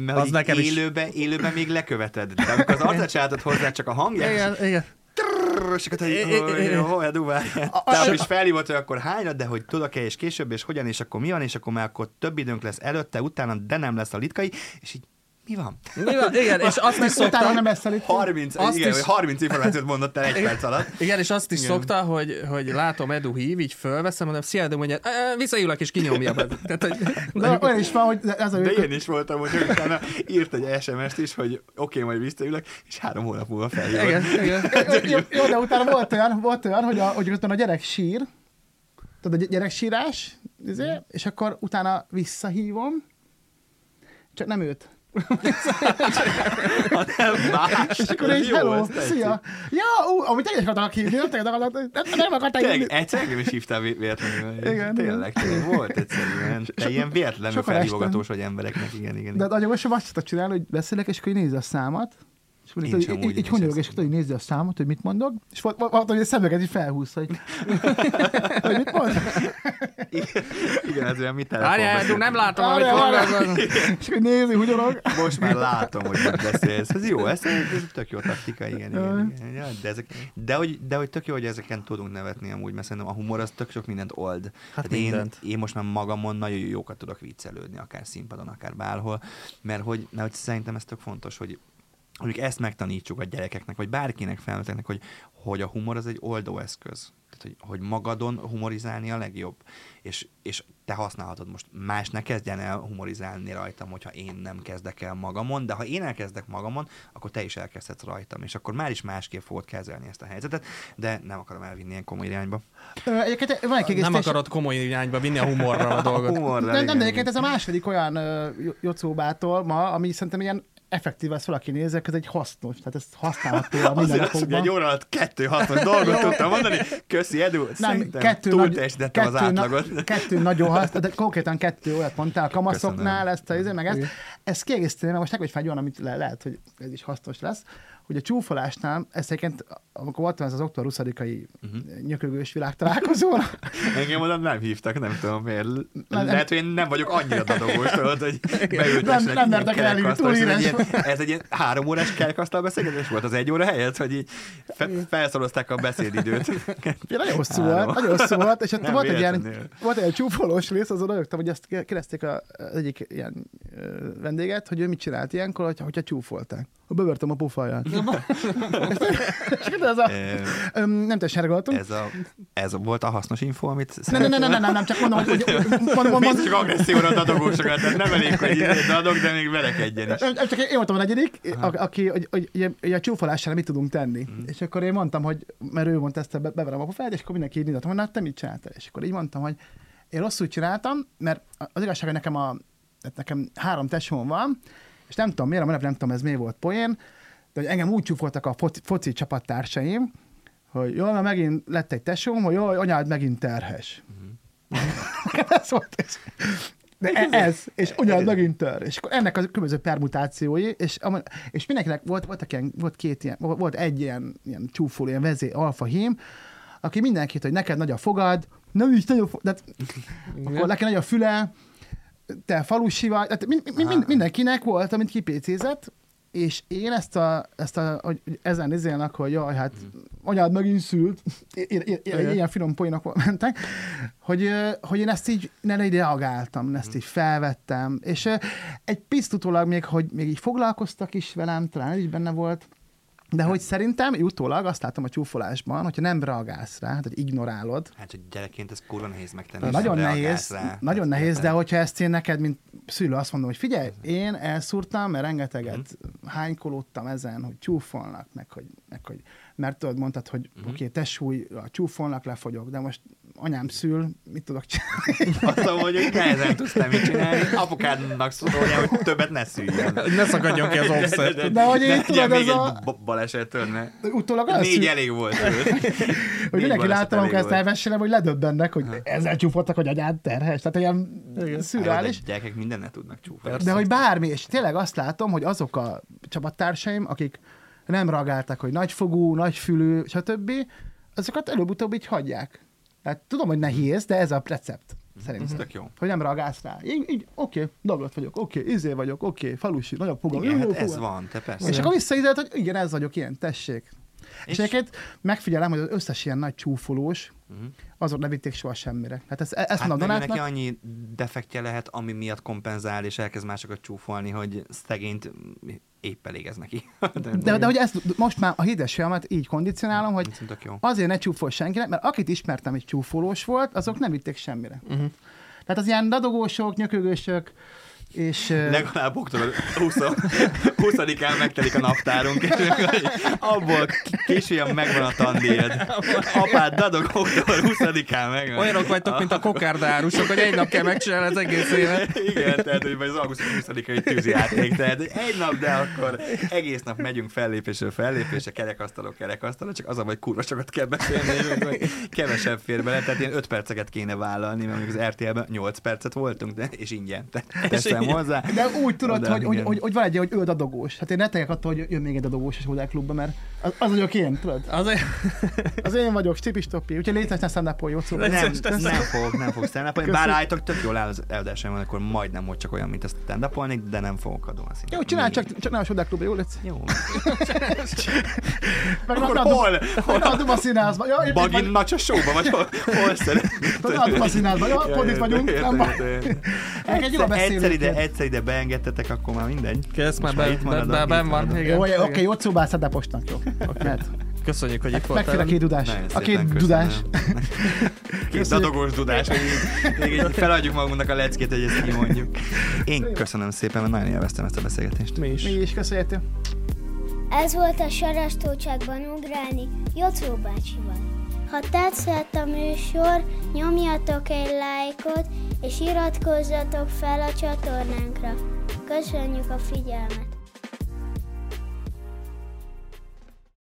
élőben még leköveted. De amikor az arcát csináltad hozzá, csak a hangját, igen. És akkor jó, Edu, várjál. Tehát is felhívott, hogy akkor hányad, de hogy tudok-e, és később, és hogyan, és akkor mi van, és akkor már akkor több időnk lesz előtte, utána, de nem lesz a litkai, és így mi van? Igen, és azt is szokta... nem lesz a litkai. 30 információt mondott el egy perc alatt. Igen, és azt is szokta, hogy látom, Edu hív, így fölveszem, mondom, szia Edu, mondja, visszahívlak, és kinyomja. De olyan is van, hogy ez a... De én is voltam, hogy utána írt egy SMS-t is, hogy oké, majd visszaülök, és 3 hónap múlva felhívott. Igen. Jó, de utána volt olyan, hogy utána a gyerek sír, tehát a gyereksírás, és akkor utána visszahívom, csak nem őt. Más. És akkor így, hello, szia. Ja, amit te is akartak hívni, nem akarták hívni. Egyszer engem is hívtál véletlenül. Igen. Tényleg, volt egyszerűen. Te ilyen véletlenül felhívogatós vagy embereknek, igen. De agyagosabban azt tudod csinálni, hogy beszélek, és akkor nézze a számat, és így honyolog, és akkor nézze a számot, hogy mit mondok, és volt, hogy a szemeket így felhúz, hogy mit mond. Igen, ez olyan mit telefon. Várjál, nem látom, amit mondasz. És akkor nézi, húgyorog. Most már látom, hogy mit beszélsz. Ez jó, ez tök jó taktika, igen. De hogy tök jó, hogy ezeken tudunk nevetni amúgy, mert szerintem a humor az tök sok mindent old. Hát én most már magamon nagyon jókat tudok viccelődni, akár színpadon, akár bárhol, mert hogy szerintem ez tök fontos, hogy mondjuk ezt megtanítsuk a gyerekeknek, vagy bárkinek felnőtteknek, hogy a humor az egy oldóeszköz. Tehát, hogy magadon humorizálni a legjobb. És te használhatod most. Más ne kezdjen el humorizálni rajtam, hogyha én nem kezdek el magamon, de ha én elkezdek magamon, akkor te is elkezdhetsz rajtam, és akkor már is másképp fogod kezelni ezt a helyzetet, de nem akarom elvinni ilyen komoly irányba. Nem akarod komoly irányba vinni a humorral a dolgot. De egyébként ez a második olyan Jocóbától ma, ami szerintem ilyen effektív, ezt valaki nézek, ez egy hasznos, tehát ezt használható a mindennapokban. Egy óra alatt 2 hasznos dolgot tudtam mondani. Köszi, Edu, szerintem túltesítettem az átlagot. 2 nagyon hasznos, de konkrétan 2 olyat mondtál a kamaszoknál, ezt meg ezt kiegészíteni, mert most neked vagy olyan, amit lehet, hogy ez is hasznos lesz, hogy a csúfolásnál, ezt egyébként, amikor voltam ez az október 20-ai nyökögős világtalálkozón. Engem oda nem hívtak, nem tudom miért. Lehet, hogy én nem vagyok annyira dadogós, hogy beültessenek. Nem mertek elhívni, túl híres. Ez egy ilyen 3 órás kerekasztal beszélgetés volt az 1 óra helyett, hogy így felszorozták a beszédidőt. Nagyon hosszú volt, és ott volt egy csúfolós rész, azon rögtem, hogy ezt kérdezték az egyik ilyen vendéget, hogy ő mit csinált ilyenkor, hogyha csúfolták. Bevertem a pofáját. Nem teljesen gondoltunk. Ez volt a hasznos info, amit nem, csak mondom, hogy... Mind csak agresszióra dadogósokat, tehát nem elég, hogy dadog, de még verekedjen is. Csak én voltam a negyedik, aki, hogy a csúfolására mit tudunk tenni. És akkor én mondtam, hogy, mert ő mondta ezt, beverem a pofáját, és akkor mindenki így nézett, hogy te mit csináltál? És akkor így mondtam, hogy én rosszul csináltam, mert az igazság, hogy nekem 3 tesóm van, és nem tudom miért, nem tudom, ez miért volt poén, de hogy engem úgy csúfoltak a foci csapattársaim, hogy jól, mert megint lett egy tesóm, hogy jól, anyád megint terhes. Ez volt. És anyád megint terhes. És akkor ennek a különböző permutációi, és mindenkinek volt egy ilyen csúfoló, ilyen alfahím, aki mindenkit, hogy neked nagy a fogad, nem is nagyon fogad, akkor neki nagy a füle, te falusi vagy, mindenkinek volt, amit kipécézett, és én hogy ezen nézélnek, hogy jaj, hát anyád megint szült, ilyen finom poénok mentek, hogy én ezt így reagáltam, ezt így felvettem, és egy picit utólag még, hogy még így foglalkoztak is velem, talán ez is benne volt, de hogy szerintem utólag azt látom a csúfolásban, hogyha nem reagálsz rá, hogy ignorálod. Hát, hogy gyerekként ez kurva nehéz megtenni. Nagyon nehéz, de hogyha ezt én neked, mint szülő azt mondom, hogy figyelj, én elszúrtam, mert rengeteget hánykolódtam ezen, hogy csúfolnak, meg hogy mert tudod, mondtad, hogy oké, te súly, a csúfolnak lefogyok, de most anyám szül, mit tudok csinálni? Azt mondom, hogy nehezen tudsz te mit csinálni. Apukádnak szólja, hogy többet ne szüljen. Ne szakadjon ki az offset. De hogy én tudod, még egy balesettől, ne. Utólag 4 elég volt. Hogy mindenki láttam, amikor ezt elmesélem, hogy ledöbbennek, hogy ezzel csúfoltak, hogy anyád terhes. Tehát ilyen szürreális. Gyerekek mindennel tudnak csúfolni. De hogy bármi, és tényleg azt látom, hogy azok a csapattársaim, akik nem reagáltak, hogy nagyfogú, nagyfülű, stb., azokat előbb-utóbb így hagyják. Tehát tudom, hogy nehéz, de ez a recept. Szerintem. Tök jó. Hogy nem reagálsz rá. Így oké, daglat vagyok, oké, vagyok, falusi, nagyobb fogam. Igen, hát ez van, te persze. És akkor visszaidelt, hogy igen, ez vagyok, ilyen, tessék. És egyébként megfigyelem, hogy az összes ilyen nagy csúfolós, azok ne vitték soha semmire. Hát ezt mondom Donátnak. Neki annyi defektje lehet, ami miatt kompenzál, és elkezd másokat csúfolni, hogy szegényt épp elég ez neki. De hogy ezt most már a híres filmet így kondicionálom, hogy azért ne csúfol senkinek, mert akit ismertem, hogy csúfolós volt, azok nem vitték semmire. Tehát az ilyen dadogósok, nyökögősök, és... Legalább október 20-án megtelik a naptárunk, és abból kisfiam megvan a tandíjad. Apád dadog október 20-án megvan. Olyanok vagytok, mint a kokárdárusok, hogy egy nap kell megcsinálni az egész évet. Igen, tehát hogy az augusztus 20-ai tűzijáték, tehát egy nap, de akkor egész nap megyünk fellépésre, kerekasztalok, csak az a vagy kurva sokat kell beszélni, hogy kevesebb fér bele, tehát ilyen 5 perceket kéne vállalni, mert az RTL-ben 8 percet voltunk, és ingyen. Hozzá. De úgy tudod, hogy van egy, hogy ő dadogós. Hát én ne tegyek attól, hogy jön még egy dadogós a Sódár-klubba, mert az vagyok én, tudod? Az én vagyok, Stipi-Stoppi. Úgyhogy létezne stand-up-ol, jó szóval. Nem fog stand-up-olni. Bár állítok, tök jól áll az eldásán van, akkor majdnem, hogy csak olyan, mint a stand-up-olni, de nem fogok adóan szintén. Jó, csinálj, csak nem a Sódár-klubba, jó lesz? Jó. Akkor hol? A Duma színházban. Bagin Nacsa show-ba, vagy hol szeretnéd? A Duma színházban. Pont itt vagyunk. Egyszer ide egyszer ide beengedtetek, akkor már mindegy. Kész, már Most itt maradok, benn itt van. maradok. Igen, Jó, igen. oké, ott szobálsz a deposnak, jó. Mehet. Köszönjük, hogy itt Megfér a voltál. két dudás. Nagyon A szépen két dudás. köszönöm. Két dadogós dudás, hogy még egy feladjuk magunknak a leckét, hogy ezt kimondjuk. Én köszönöm szépen, mert nagyon élveztem ezt a beszélgetést. Mi is. Mi is köszönjük. Ez volt a Sarastócsákban ugrálni Jocó bácsival. Ha tetszett a műsor, nyomjatok egy lájkot, és iratkozzatok fel a csatornánkra. Köszönjük a figyelmet!